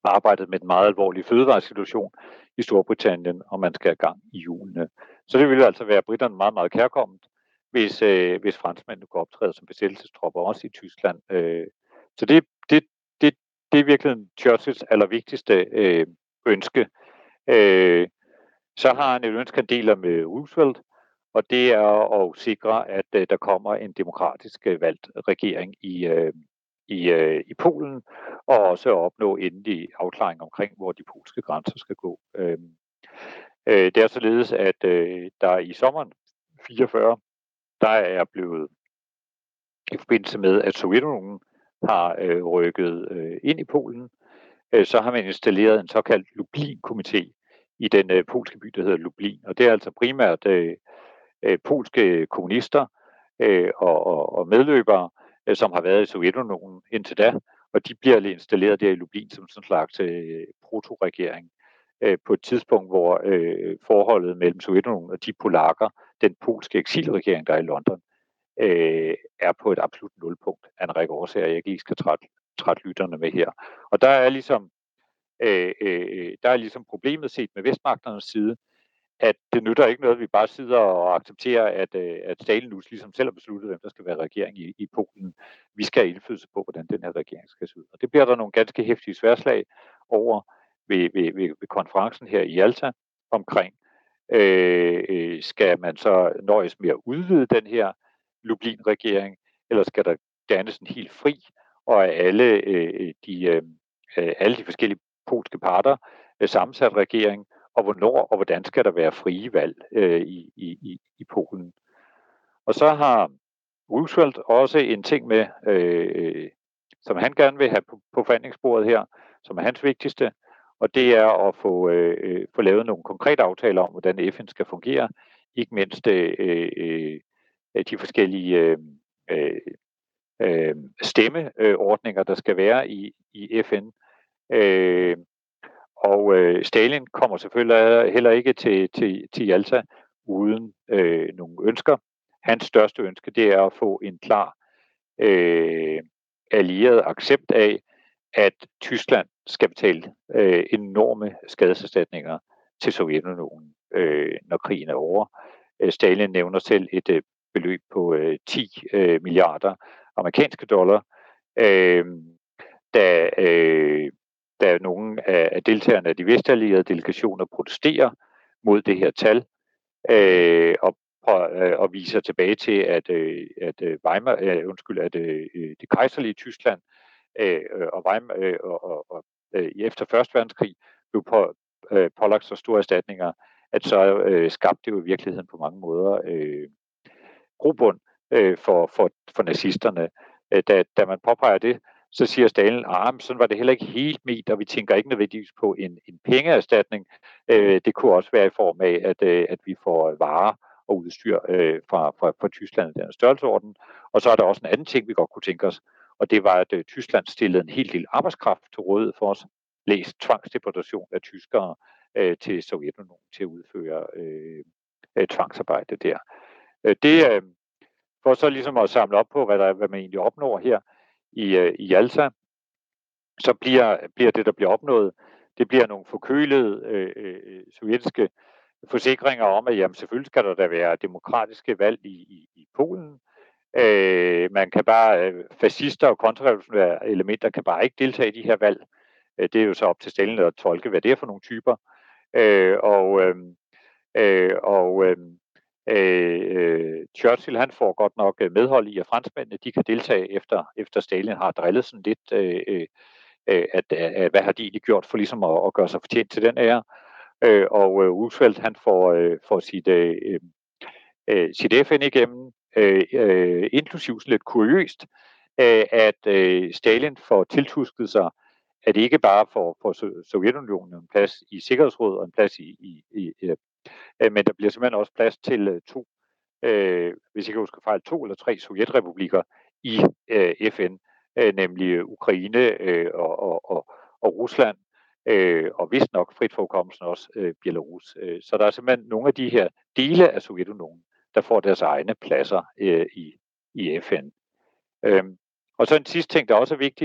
arbejdet med den meget alvorlige fødevaresituation i Storbritannien, og man skal have gang i hjulene. Så det vil altså være britterne meget, meget kærkomment, hvis, øh, hvis franskmændene går optræde som besættelsestropper også i Tyskland. Øh, så det, det, det, det er virkelig Churchills allervigtigste øh, ønske. Øh, så har han et ønske, han deler med Roosevelt, og det er at sikre, at øh, der kommer en demokratisk øh, valgt regering i, øh, i, øh, i Polen, og også at opnå endelig afklaring omkring, hvor de polske grænser skal gå. Øh, øh, det er således, at øh, der i sommeren fireogfyrre, der er blevet i forbindelse med, at Sovjetunionen har øh, rykket øh, ind i Polen, øh, så har man installeret en såkaldt Lublin-komité i den øh, polske by, der hedder Lublin. Og det er altså primært øh, øh, polske kommunister øh, og, og, og medløbere, øh, som har været i Sovjetunionen indtil da, og de bliver installeret der i Lublin som sådan en slags øh, proto-regering øh, på et tidspunkt, hvor øh, forholdet mellem Sovjetunionen og de polakker, den polske eksilregering, der er i London, øh, er på et absolut nulpunkt af en række årsager, jeg ikke lige skal trætte, trætte lytterne med her. Og der er ligesom øh, øh, der er ligesom problemet set med vestmagternes side, at det nytter ikke noget, at vi bare sidder og accepterer, at, øh, at Stalin nu ligesom selv har besluttet, hvem der skal være regering i, i Polen. Vi skal have indflydelse på, hvordan den her regering skal se ud. Og det bliver der nogle ganske heftige sværslag over ved, ved, ved, ved konferencen her i Jalta omkring, øh, skal man så nøjes med at udvide den her Lublin-regering, eller skal der dannes en helt fri, og alle, øh, de, øh, alle de forskellige polske parter øh, sammensat regering, og hvornår og hvordan skal der være frie valg øh, i, i, i Polen. Og så har Roosevelt også en ting med, øh, som han gerne vil have på, på forhandlingsbordet her, som er hans vigtigste, og det er at få, øh, få lavet nogle konkrete aftaler om, hvordan F N skal fungere, ikke mindst øh, øh, de forskellige øh, øh, stemmeordninger, der skal være i, i F N. Øh, og øh, Stalin kommer selvfølgelig heller ikke til, til, til Jalta uden øh, nogle ønsker. Hans største ønske, det er at få en klar øh, allieret accept af, at Tyskland skal betale øh, enorme skadeserstatninger til Sovjetunionen, øh, når krigen er over. Stalin nævner selv et øh, beløb på øh, ti øh, milliarder amerikanske dollar, øh, da, øh, da nogle af deltagerne af de vestallierede delegationer protesterer mod det her tal, øh, og, og, og viser tilbage til, at, øh, at Weimar, øh, undskyld, at øh, det kejserlige Tyskland øh, og Weimar øh, og, og, og øh, efter første verdenskrig blev på, øh, pålagt så store erstatninger, at så øh, skabte det jo i virkeligheden på mange måder øh, grobund øh, for, for, for nazisterne. Øh, da, da man påpeger det, så siger Stalin, at sådan var det heller ikke helt ment, og vi tænker ikke nødvendigvis på en, en pengeerstatning. Øh, det kunne også være i form af, at, øh, at vi får varer og udstyr øh, fra, fra, fra Tyskland i den størrelseorden. Og så er der også en anden ting, vi godt kunne tænke os, og det var, at øh, Tyskland stillede en helt del arbejdskraft til rådighed for os. Læs tvangsdeportation af tyskere øh, til Sovjetunionen til at udføre øh, øh, tvangsarbejde der. Øh, det øh, for så ligesom at samle op på, hvad, der, hvad man egentlig opnår her i, øh, i Jalta, så bliver, bliver det, der bliver opnået, det bliver nogle forkølede øh, øh, sovjetiske forsikringer om, at jamen, selvfølgelig skal der da være demokratiske valg i, i, i Polen. Øh, man kan bare, øh, fascister og kontrarevolutionære elementer kan bare ikke deltage i de her valg. Øh, det er jo så op til Stalin at tolke, hvad det er for nogle typer. Øh, og øh, øh, og øh, øh, Churchill, han får godt nok medhold i, at franskmændene, de kan deltage efter, efter Stalin har drillet sådan lidt, øh, øh, at, at hvad har de egentlig gjort for ligesom at, at gøre sig fortjent til den ære. Øh, og øh, Roosevelt, han får, øh, får sit, øh, øh, sit F N igennem, øh, øh, inklusiv sådan lidt kuriøst, øh, at øh, Stalin får tiltusket sig, at ikke bare for, for Sovjetunionen en plads i Sikkerhedsrådet og en plads i, i, i øh, men der bliver simpelthen også plads til øh, to, øh, hvis jeg ikke husker fejl, to eller tre sovjetrepublikker i øh, F N, øh, nemlig Ukraine øh, og, og, og, og Rusland, øh, og vist nok frit for hukommelsen også øh, Belarus. Øh, så der er simpelthen nogle af de her dele af Sovjetunionen, der får deres egne pladser øh, i, i F N. Øh, og så en sidste ting, der også er vigtig,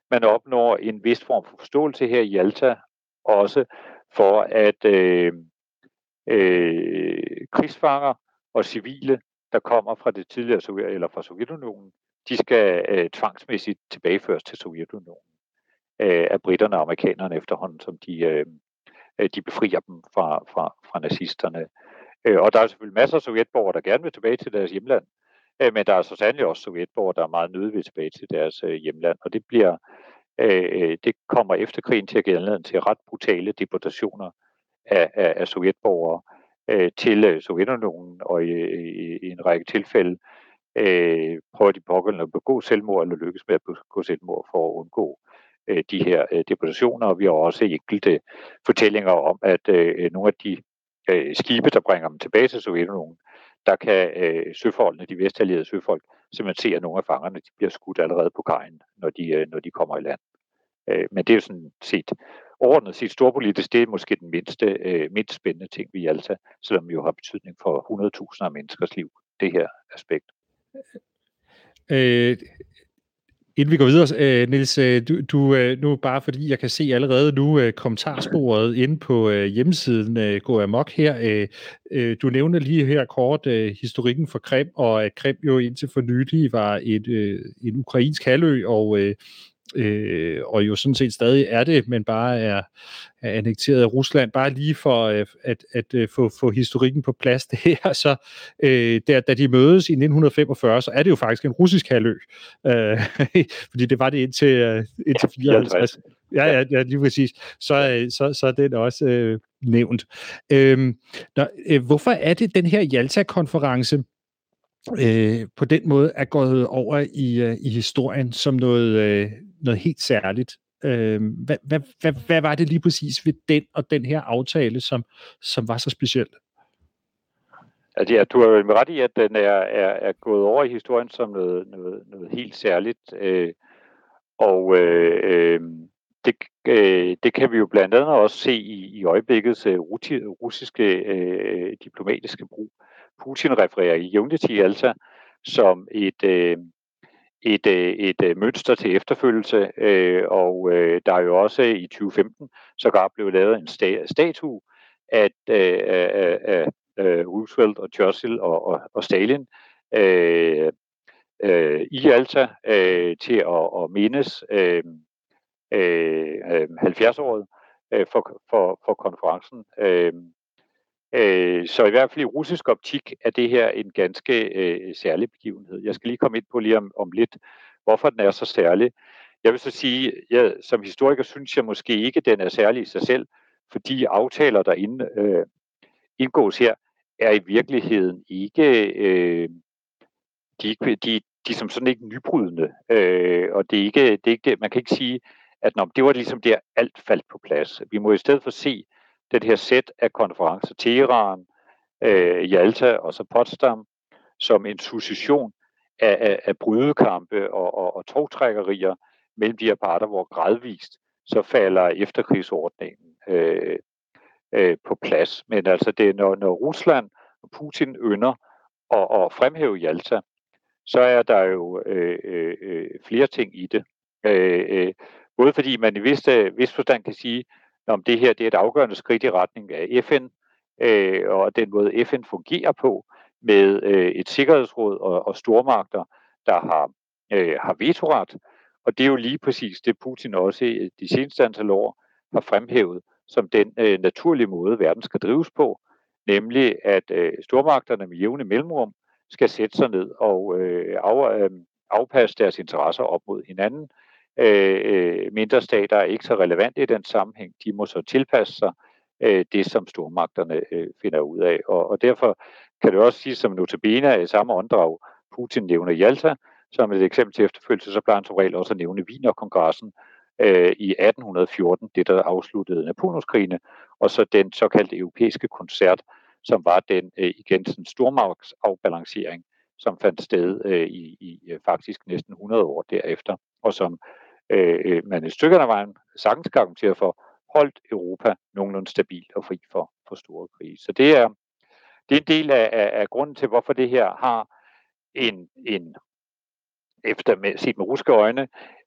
man opnår en vis form for forståelse her i Jalta, også for at øh, øh, krigsfanger og civile, der kommer fra det tidligere Sovjet, eller fra Sovjetunionen, de skal øh, tvangsmæssigt tilbageføres til Sovjetunionen øh, af britterne og amerikanerne efterhånden, som de, øh, de befrier dem fra, fra, fra nazisterne. Øh, og der er selvfølgelig masser af sovjetborgere, der gerne vil tilbage til deres hjemland, øh, men der er så sandelig også sovjetborgere, der er meget nødt vil tilbage til deres øh, hjemland, og det bliver øh, det kommer efter krigen til at give anledning til ret brutale deportationer af, af, af sovjetborgere øh, til øh, Sovjetunionen, og i, i, i en række tilfælde øh, prøver de pågældende at begå selvmord eller lykkes med at begå selvmord for at undgå øh, de her øh, deportationer. Og vi har også enkelte fortællinger om, at øh, nogle af de øh, skibe, der bringer dem tilbage til Sovjetunionen, der kan øh, søfolkene, de vestallierede søfolk, simpelthen se, at nogle af fangerne de bliver skudt allerede på kajen, når de, øh, når de kommer i land. Øh, men det er jo sådan set overordnet set storpolitisk, det er måske den mindste, øh, mindst spændende ting ved Jalta, selvom det jo har betydning for hundrede tusinder af menneskers liv, det her aspekt. Øh, inden vi går videre, øh, Niels, du, du, øh, nu bare fordi jeg kan se allerede nu øh, kommentarsporet inde på øh, hjemmesiden øh, går amok her. Øh, øh, du nævner lige her kort øh, historikken for Krim, og at Krim jo indtil for nylig var et, øh, en ukrainsk halvø, og øh, Øh, og jo sådan set stadig er det, men bare er, er annekteret af Rusland. Bare lige for øh, at, at øh, få, få historikken på plads det her, så øh, der, da de mødes i nitten femogfyrre, så er det jo faktisk en russisk halvø, øh, fordi det var det indtil, øh, indtil fireoghalvtreds. Ja, ja, ja, lige præcis. Så, øh, så, så er den også øh, nævnt. Øh, der, øh, hvorfor er det den her Jalta-konference øh, på den måde er gået over i, øh, i historien som noget, øh, noget helt særligt? Øh, hvad, hvad, hvad, hvad var det lige præcis ved den og den her aftale, som, som var så specielt? Altså, ja, du har jo ret i, at den er, er, er gået over i historien som noget, noget, noget helt særligt. Øh, og øh, øh, det, øh, det kan vi jo blandt andet også se i, i øjeblikkets øh, russiske øh, diplomatiske brug. Putin refererer i jævnligt til Jalta som et, øh, et, øh, et øh, mønster til efterfølgelse, øh, og øh, der er jo også i tyve femten sågar blev lavet en sta- statue af, øh, af, af øh, Roosevelt og Churchill og, og, og Stalin øh, øh, i Jalta øh, til at, at mindes øh, øh, halvfjerds-året øh, for, for, for konferencen. Øh, øh, så i hvert fald i russisk optik er det her en ganske øh, særlig begivenhed. Jeg skal lige komme ind på lige om, om lidt, hvorfor den er så særlig. Jeg vil så sige, jeg, som historiker synes jeg måske ikke, den er særlig i sig selv, fordi aftaler, der ind, øh, indgås her, er i virkeligheden ikke, øh, de, de, de, de som sådan ikke nybrydende, øh, og det er ikke, det er ikke det, man kan ikke sige, at når, det var ligesom der, alt faldt på plads. Vi må i stedet for se det her sæt af konferencer, Teheran, øh, Jalta og så Potsdam, som en succession af, af, af brydekampe og, og, og togtrækkerier mellem de her parter, hvor gradvist så falder efterkrigsordningen øh, øh, på plads. Men altså, det er, når, når Rusland og Putin ynder at, at fremhæve Jalta, så er der jo øh, øh, flere ting i det. Øh, øh, både fordi man i vis, vis forstand kan sige, at det her det er et afgørende skridt i retning af F N, øh, og den måde F N fungerer på, med øh, et sikkerhedsråd og, og stormagter, der har, øh, har vetoret. Og det er jo lige præcis det, Putin også i de seneste antal år har fremhævet som den øh, naturlige måde, verden skal drives på, nemlig at øh, stormagterne med jævne mellemrum skal sætte sig ned og øh, af, øh, afpasse deres interesser op mod hinanden. Øh, mindre stater er ikke så relevante i den sammenhæng. De må så tilpasse sig øh, det, som stormagterne øh, finder ud af. Og, og derfor kan det også sige, som notabene er i samme åndedrag, Putin nævner Jalta som et eksempel til efterfølgelse, så plejer han som regel også at nævne Wienerkongressen øh, i atten fjorten, det der afsluttede Napoleonskrigene, og så den såkaldte europæiske koncert, som var den øh, igen sådan stormagtsafbalancering, som fandt sted øh, i, i faktisk næsten hundrede år derefter, og som øh, man i stykkerne af vejen sagtens kan argumentere for, holdt Europa nogenlunde stabilt og fri for, for store krige. Så det er, det er en del af, af, af grunden til, hvorfor det her har en, en efter med, set med russiske øjne,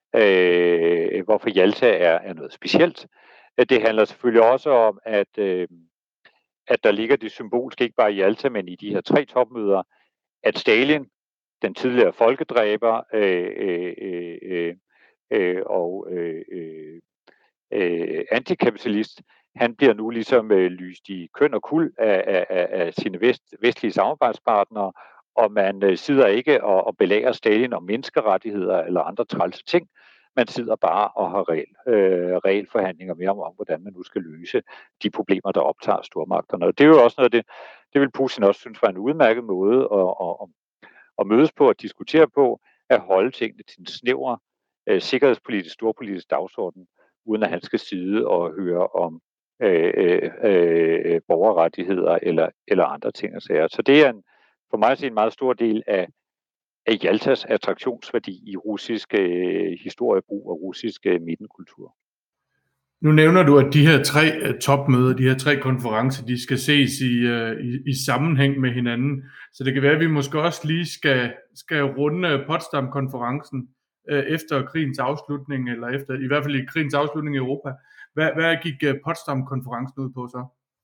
øh, hvorfor Jalta er, er noget specielt. Det handler selvfølgelig også om, at, øh, at der ligger det symbolske ikke bare i Jalta, men i de her tre topmøder, at Stalin, den tidligere folkedræber øh, øh, øh, øh, og øh, øh, antikapitalist, han bliver nu ligesom øh, lyst i køn og kuld af, af, af sine vest, vestlige samarbejdspartnere, og man øh, sidder ikke og, og belærer Stalin om menneskerettigheder eller andre trælse ting. Man sidder bare og har regel, øh, regelforhandlinger med om, om, hvordan man nu skal løse de problemer, der optager stormagterne. Og det er jo også noget af det, det vil Putin også synes var en udmærket måde at, at, at mødes på og diskutere på, at holde tingene til en snæver øh, sikkerhedspolitisk, storpolitisk dagsorden, uden at han skal sidde og høre om øh, øh, øh, borgerrettigheder eller, eller andre ting og sager. Så det er en, for mig at se en meget stor del af, af Jaltas attraktionsværdi i russisk øh, historiebrug og russisk øh, midtenkultur. Nu nævner du, at de her tre uh, topmøder, de her tre konferencer, de skal ses i, uh, i, i sammenhæng med hinanden. Så det kan være, at vi måske også lige skal, skal runde Potsdam-konferencen uh, efter krigens afslutning, eller efter i hvert fald i krigens afslutning i Europa. Hvad, hvad gik uh, Potsdam-konferencen ud på så?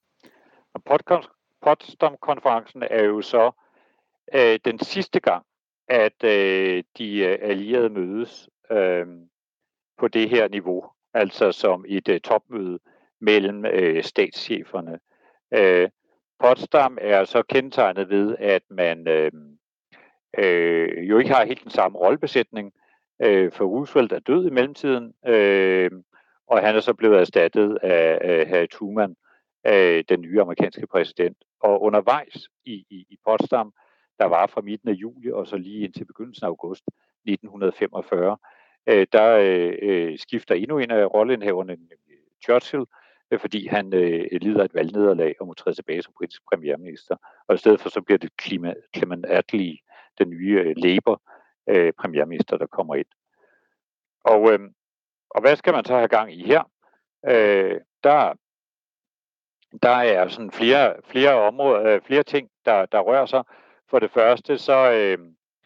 Potsdam-konferencen er jo så uh, den sidste gang, at uh, de uh, allierede mødes uh, på det her niveau. Altså som et uh, topmøde mellem uh, statscheferne. Uh, Potsdam er så kendetegnet ved, at man uh, uh, jo ikke har helt den samme rollebesætning, uh, for Roosevelt er død i mellemtiden, uh, og han er så blevet erstattet af uh, Harry Truman, uh, den nye amerikanske præsident. Og undervejs i, i, i Potsdam, der var fra midten af juli og så lige indtil begyndelsen af august nitten femogfyrre, Øh, der øh, skifter endnu en af rolleindhaverne, Churchill, øh, fordi han øh, lider et valgnederlag og må træde tilbage som britisk premierminister. Og i stedet for så bliver det Clement Attlee, den nye øh, Labour øh, premierminister, der kommer ind. Og, øh, og hvad skal man så have gang i her? Øh, der, der er sådan flere, flere områder, øh, flere ting, der, der rører sig. For det første så øh,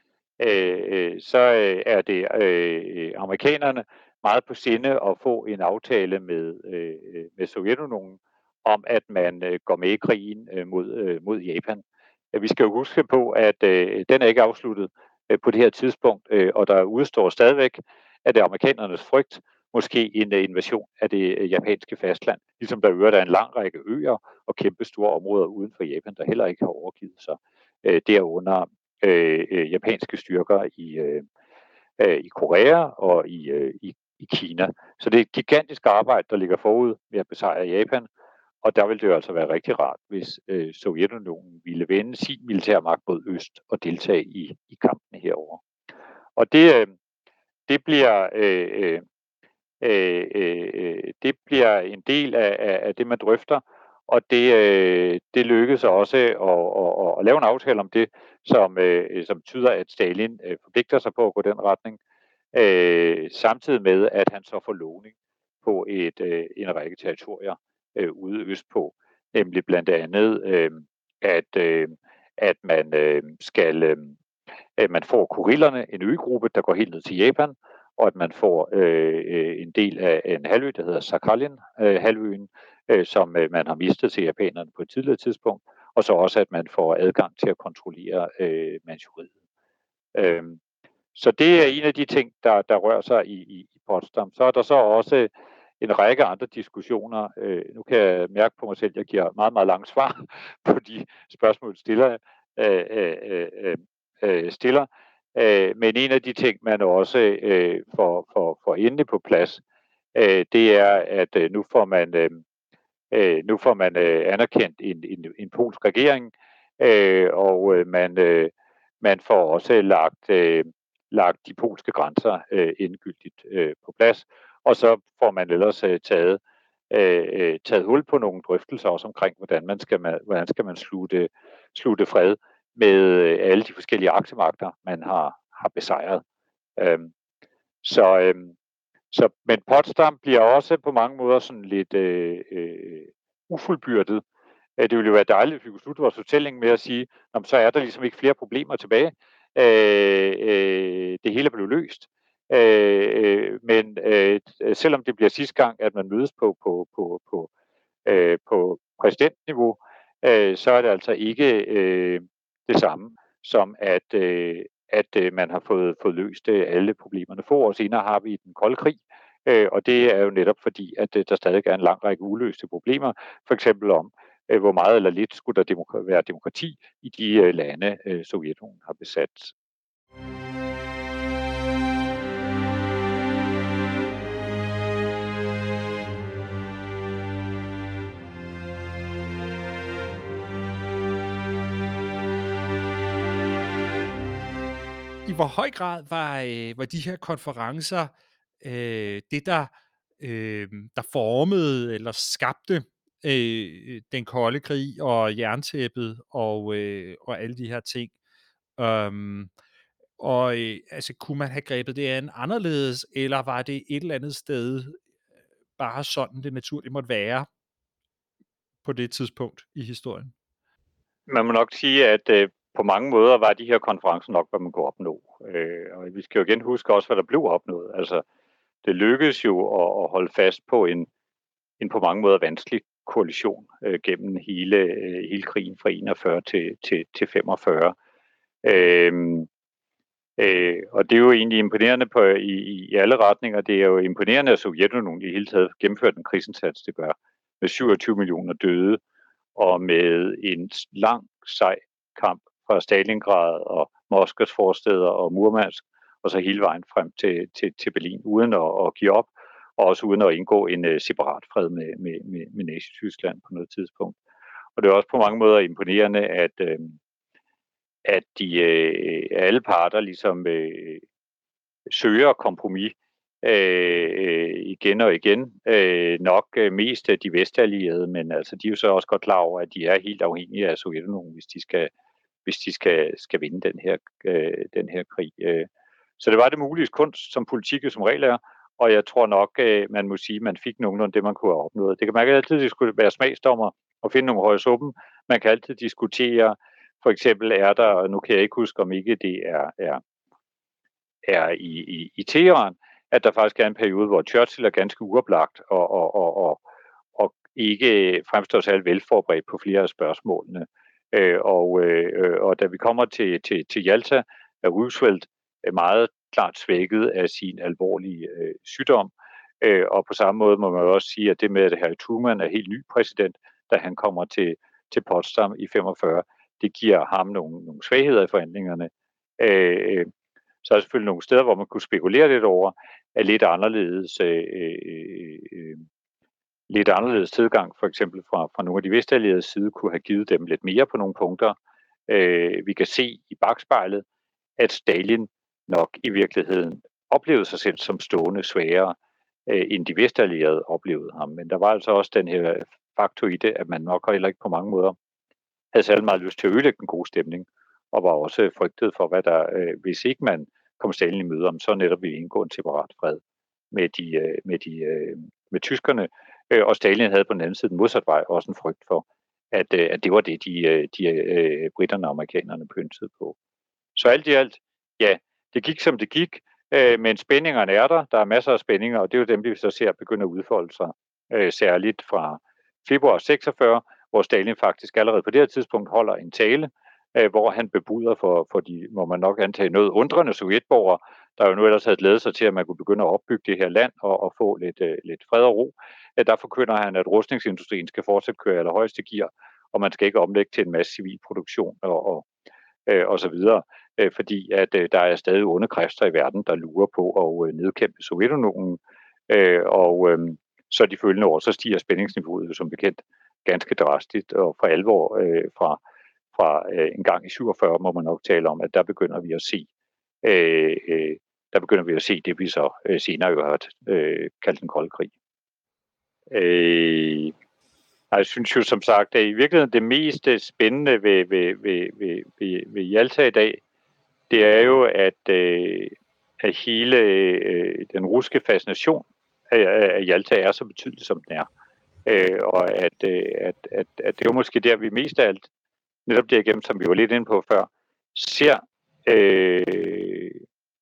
Øh, så øh, er det øh, amerikanerne meget på sinde at få en aftale med, øh, med Sovjetunionen om, at man øh, går med i krigen øh, mod, øh, mod Japan. Vi skal jo huske på, at øh, den er ikke afsluttet øh, på det her tidspunkt, øh, og der udstår stadigvæk, at det er amerikanernes frygt, måske en øh, invasion af det øh, japanske fastland, ligesom der øvrigt er en lang række øer og kæmpe store områder uden for Japan, der heller ikke har overgivet sig øh, derunder. Øh, øh, japanske styrker i, øh, øh, i Korea og i, øh, i, i Kina. Så det er et gigantisk arbejde, der ligger forud med at besejre Japan, og der vil det jo altså være rigtig rart, hvis øh, Sovjetunionen ville vende sin militærmagt mod øst og deltage i, i kampen herover. Og det, øh, det bliver øh, øh, øh, det bliver en del af, af, af det, man drøfter. Og det, øh, det lykkedes også at, at, at, at lave en aftale om det, som, øh, som tyder, at Stalin øh, forpligter sig på at gå den retning, øh, samtidig med, at han så får lovning på et, øh, en række territorier øh, ude østpå, nemlig blandt andet, øh, at, øh, at man øh, skal, øh, at man får Kurillerne, en øgruppe, der går helt ned til Japan, og at man får øh, en del af en halvø, der hedder Sakhalin-halvøen, øh, som øh, man har mistet til japanerne på et tidligere tidspunkt, og så også, at man får adgang til at kontrollere øh, Manchuriet. Øh, så det er en af de ting, der, der rører sig i, i, i Potsdam. Så er der så også en række andre diskussioner. Øh, nu kan jeg mærke på mig selv, at jeg giver meget, meget lange svar på de spørgsmål, stiller, øh, øh, øh, øh, stiller. Øh, men en af de ting, man også øh, får, får, får endelig på plads, øh, det er, at øh, nu får man, øh, øh, nu får man øh, anerkendt en, en, en polsk regering, øh, og øh, man, øh, man får også lagt, øh, lagt de polske grænser øh, endegyldigt øh, på plads, og så får man ellers øh, taget, øh, taget hul på nogle drøftelser også omkring, hvordan man skal, man, hvordan skal man slutte, slutte fred med alle de forskellige aktiemagter, man har, har besejret. Øhm, så, øhm, så, men Potsdam bliver også på mange måder sådan lidt øh, øh, ufuldbyrdet. Det ville jo være dejligt, hvis vi kunne slutte vores fortælling med at sige, så er der ligesom ikke flere problemer tilbage. Øh, øh, det hele blev løst. Øh, men øh, selvom det bliver sidste gang, at man mødes på, på, på, på, øh, på præsidentniveau, øh, så er det altså ikke øh, det samme som, at, øh, at øh, man har fået, fået løst øh, alle problemerne. Få år senere har vi den kolde krig, øh, og det er jo netop fordi, at øh, der stadig er en lang række uløste problemer, for eksempel om, øh, hvor meget eller lidt skulle der demok- være demokrati i de øh, lande, øh, Sovjetunionen har besat. I hvor høj grad var, øh, var de her konferencer øh, det, der, øh, der formede eller skabte øh, den kolde krig og jerntæppet og, øh, og alle de her ting? Um, og øh, altså, kunne man have grebet det an anderledes, eller var det et eller andet sted bare sådan, det naturligt måtte være på det tidspunkt i historien? Man må nok sige, at øh, på mange måder var de her konferencer nok, hvad man kunne opnå. Øh, og vi skal jo igen huske også, hvad der blev opnået. Altså, det lykkedes jo at, at holde fast på en, en på mange måder vanskelig koalition øh, gennem hele, øh, hele krigen fra enogfyrre til, til, til femogfyrre. Øh, øh, og det er jo egentlig imponerende på, i, i alle retninger. Det er jo imponerende, at Sovjetunionen i hele taget gennemførte en krigsindsats, det gør, med syvogtyve millioner døde, og med en lang, sej kamp fra Stalingrad og Moskvas forstæder og Murmansk, og så hele vejen frem til, til, til Berlin, uden at, at give op, og også uden at indgå en uh, separat fred med, med, med, med Nazi-Tyskland på noget tidspunkt. Og det er også på mange måder imponerende, at, øh, at de, øh, alle parter ligesom øh, søger kompromis øh, igen og igen. Øh, nok øh, mest af de vestallierede, men altså, de er jo så også godt klar over, at de er helt afhængige af Sovjetunionen, hvis de skal, hvis de skal, skal vinde den her, øh, den her krig. Øh. Så det var det mulige kunst, som politik som regel er, og jeg tror nok, øh, man må sige, at man fik nogenlunde det, man kunne have opnået. Det kan man ikke altid skulle være smagsdommer og finde nogle høje suppen. Man kan altid diskutere, for eksempel er der, og nu kan jeg ikke huske, om ikke det er, er er i, i, i Teheran, at der faktisk er en periode, hvor Churchill er ganske uoplagt og, og, og, og, og ikke fremstår særlig velforberedt på flere af spørgsmålene. Øh, og, øh, og da vi kommer til, til, til Jalta, er Roosevelt meget klart svækket af sin alvorlige øh, sygdom. Øh, og på samme måde må man også sige, at det med, at Harry Truman er helt ny præsident, da han kommer til, til Potsdam i femogfyrre, det giver ham nogle, nogle svagheder i forhandlingerne. Øh, Så er der selvfølgelig nogle steder, hvor man kunne spekulere lidt over, at lidt anderledes, øh, øh, øh, lidt anderledes tilgang, for eksempel fra, fra nogle af de vestallierede side, kunne have givet dem lidt mere på nogle punkter. Øh, vi kan se i bagspejlet, at Stalin nok i virkeligheden oplevede sig selv som stående svagere, øh, end de vestallierede oplevede ham. Men der var altså også den her faktor i det, at man nok heller ikke på mange måder havde særlig meget lyst til at ødelægge den gode stemning, og var også frygtet for, hvad der, øh, hvis ikke man kom Stalin i møde om, så netop ville indgå en separat fred med, de, øh, med, de, øh, med tyskerne. Øh, og Stalin havde på den anden side den modsatte vej også en frygt for, at, øh, at det var det, de, de øh, britterne og amerikanerne pyntede på. Så alt i alt, ja, det gik som det gik, øh, men spændingerne er der. Der er masser af spændinger, og det er jo dem, vi så ser begynde at udfolde sig, øh, særligt fra februar seksogfyrre, hvor Stalin faktisk allerede på det her tidspunkt holder en tale, øh, hvor han bebuder for, for de, må man nok antage, noget undrende sovjetborgere, der jo nu ellers havde glædet sig til, at man kunne begynde at opbygge det her land og, og få lidt, øh, lidt fred og ro. Øh, der forkynder han, at rustningsindustrien skal fortsat køre allerhøjeste gear, og man skal ikke omlægge til en masse civil produktion og, og, øh, og så videre, øh, fordi at øh, der er stadig onde kræfter i verden, der lurer på at øh, nedkæmpe Sovjetunionen, øh, og øh, så de følgende år, så stiger spændingsniveauet som bekendt ganske drastisk, og for alvor øh, fra, fra øh, en gang i syvogfyrre må man nok tale om, at der begynder vi at se, øh, øh, der begynder vi at se det, vi så øh, senere jo har øh, kaldt den kolde krig. Øh, jeg synes jo som sagt, at i virkeligheden det mest spændende ved, ved, ved, ved, ved, ved Jalta i dag, det er jo, at, øh, at hele øh, den russiske fascination af, af Jalta er så betydelig, som den er. Øh, og at, øh, at, at, at det er jo måske der, vi mest af alt, netop derigennem, som vi var lidt inde på før, ser øh,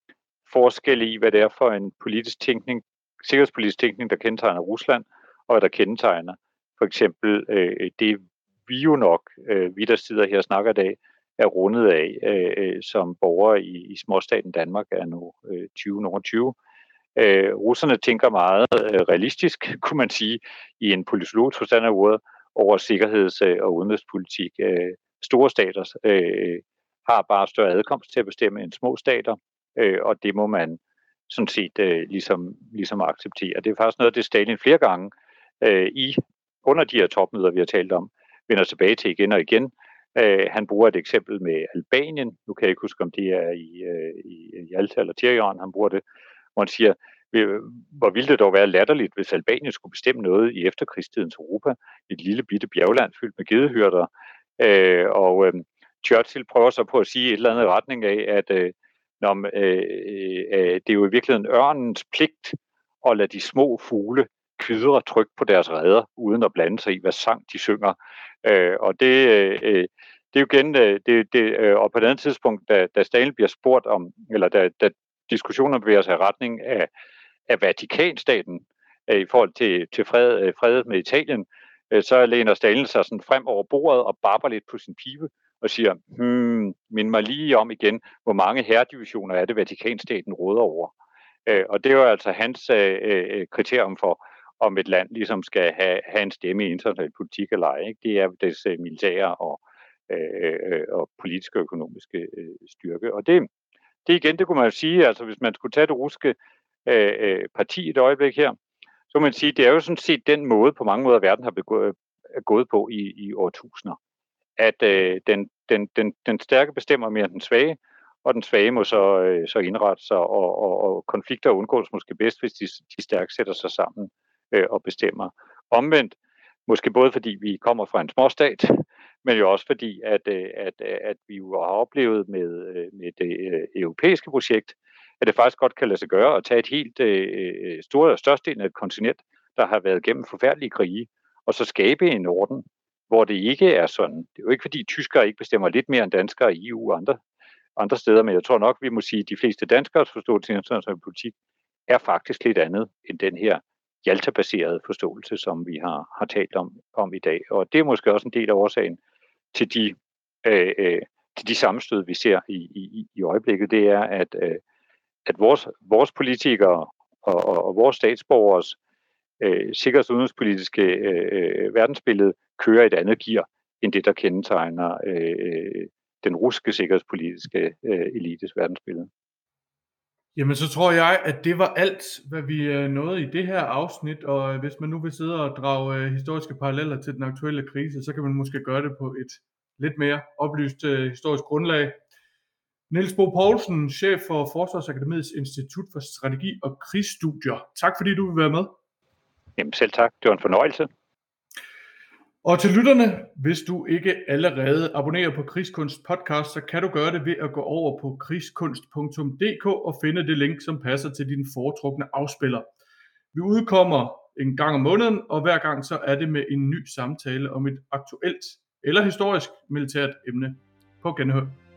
forskel i, hvad det er for en politisk tænkning, sikkerhedspolitisk tænkning, der kendetegner Rusland, og hvad der kendetegner for eksempel øh, det, vi jo nok, øh, vi der sidder her og snakker i dag, er rundet af øh, som borgere i, i småstaten Danmark er nu øh, tyve tyve. Øh, russerne tænker meget øh, realistisk, kunne man sige, i en politologisk forstand af ordet, over sikkerheds- øh, og udenrigspolitik. Øh, store stater øh, har bare større adkomst til at bestemme end små stater, øh, og det må man sådan set øh, ligesom, ligesom acceptere. Det er faktisk noget af det, Stalin flere gange øh, i under de her topmøder, vi har talt om, vender tilbage til igen og igen. Øh, han bruger et eksempel med Albanien. Nu kan jeg ikke huske, om det er i, øh, i Jalta eller Tirana, han bruger det, hvor han siger, hvor ville det dog være latterligt, hvis Albanien skulle bestemme noget i efterkrigstidens Europa, et lille bitte bjergland fyldt med gedehyrder. Øh, og øh, Churchill prøver så på at sige et eller andet i retning af, at øh, når, øh, øh, det er jo i virkeligheden ørnens pligt at lade de små fugle kvidre tryk på deres reder, uden at blande sig i, hvad sang de synger. Øh, og det, øh, det er jo igen, øh, det, det, øh, og på et andet tidspunkt, da, da Stalin bliver spurgt om, eller da, da diskussioner bevæger sig i retning af, af Vatikanstaten øh, i forhold til, til fred, øh, fredet med Italien, øh, så læner Stalin sig sådan frem over bordet og barber lidt på sin pibe og siger, hmm, mind mig lige om igen, hvor mange hærdivisioner er det, Vatikanstaten råder over. Øh, og det er jo altså hans øh, øh, kriterium for, om et land ligesom skal have, have en stemme i international politik eller ej. Ikke? Det er dets øh, militære og, øh, og politiske og økonomiske øh, styrke. Og det, det igen, det kunne man jo sige, altså hvis man skulle tage det russiske øh, parti et øjeblik her, så kan man sige, det er jo sådan set den måde, på mange måder verden har begået, gået på i, i årtusinder. At øh, den, den, den, den stærke bestemmer mere end den svage, og den svage må så, øh, så indrette sig, og, og, og konflikter undgås måske bedst, hvis de, de stærke sætter sig sammen øh, og bestemmer. Omvendt, måske både fordi vi kommer fra en småstat, men jo også fordi, at, at, at vi jo har oplevet med, med det europæiske projekt, at det faktisk godt kan lade sig gøre at tage et helt øh, stort, størstedelen af et kontinent, der har været gennem forfærdelige krige, og så skabe en orden, hvor det ikke er sådan. Det er jo ikke fordi tyskere ikke bestemmer lidt mere end danskere i E U og andre, andre steder, men jeg tror nok, vi må sige, at de fleste danskers forståelse af international politik er faktisk lidt andet end den her Jalta-baserede forståelse, som vi har, har talt om, om i dag. Og det er måske også en del af årsagen til de, øh, øh, til de sammenstød, vi ser i, i, i øjeblikket. Det er, at, øh, at vores, vores politikere og, og, og vores statsborgers øh, sikkerheds- og udenrigspolitiske øh, verdensbillede kører et andet gear, end det, der kendetegner øh, den russiske sikkerhedspolitiske øh, elites verdensbillede. Jamen, så tror jeg, at det var alt, hvad vi nåede i det her afsnit, og hvis man nu vil sidde og drage historiske paralleller til den aktuelle krise, så kan man måske gøre det på et lidt mere oplyst historisk grundlag. Niels Bo Poulsen, chef for Forsvarsakademiets Institut for Strategi og Krigsstudier. Tak fordi du vil være med. Jamen selv tak, det var en fornøjelse. Og til lytterne, hvis du ikke allerede abonnerer på Krigskunst podcast, så kan du gøre det ved at gå over på krigskunst punktum d k og finde det link, som passer til din foretrukne afspiller. Vi udkommer en gang om måneden, og hver gang så er det med en ny samtale om et aktuelt eller historisk militært emne. På genhør.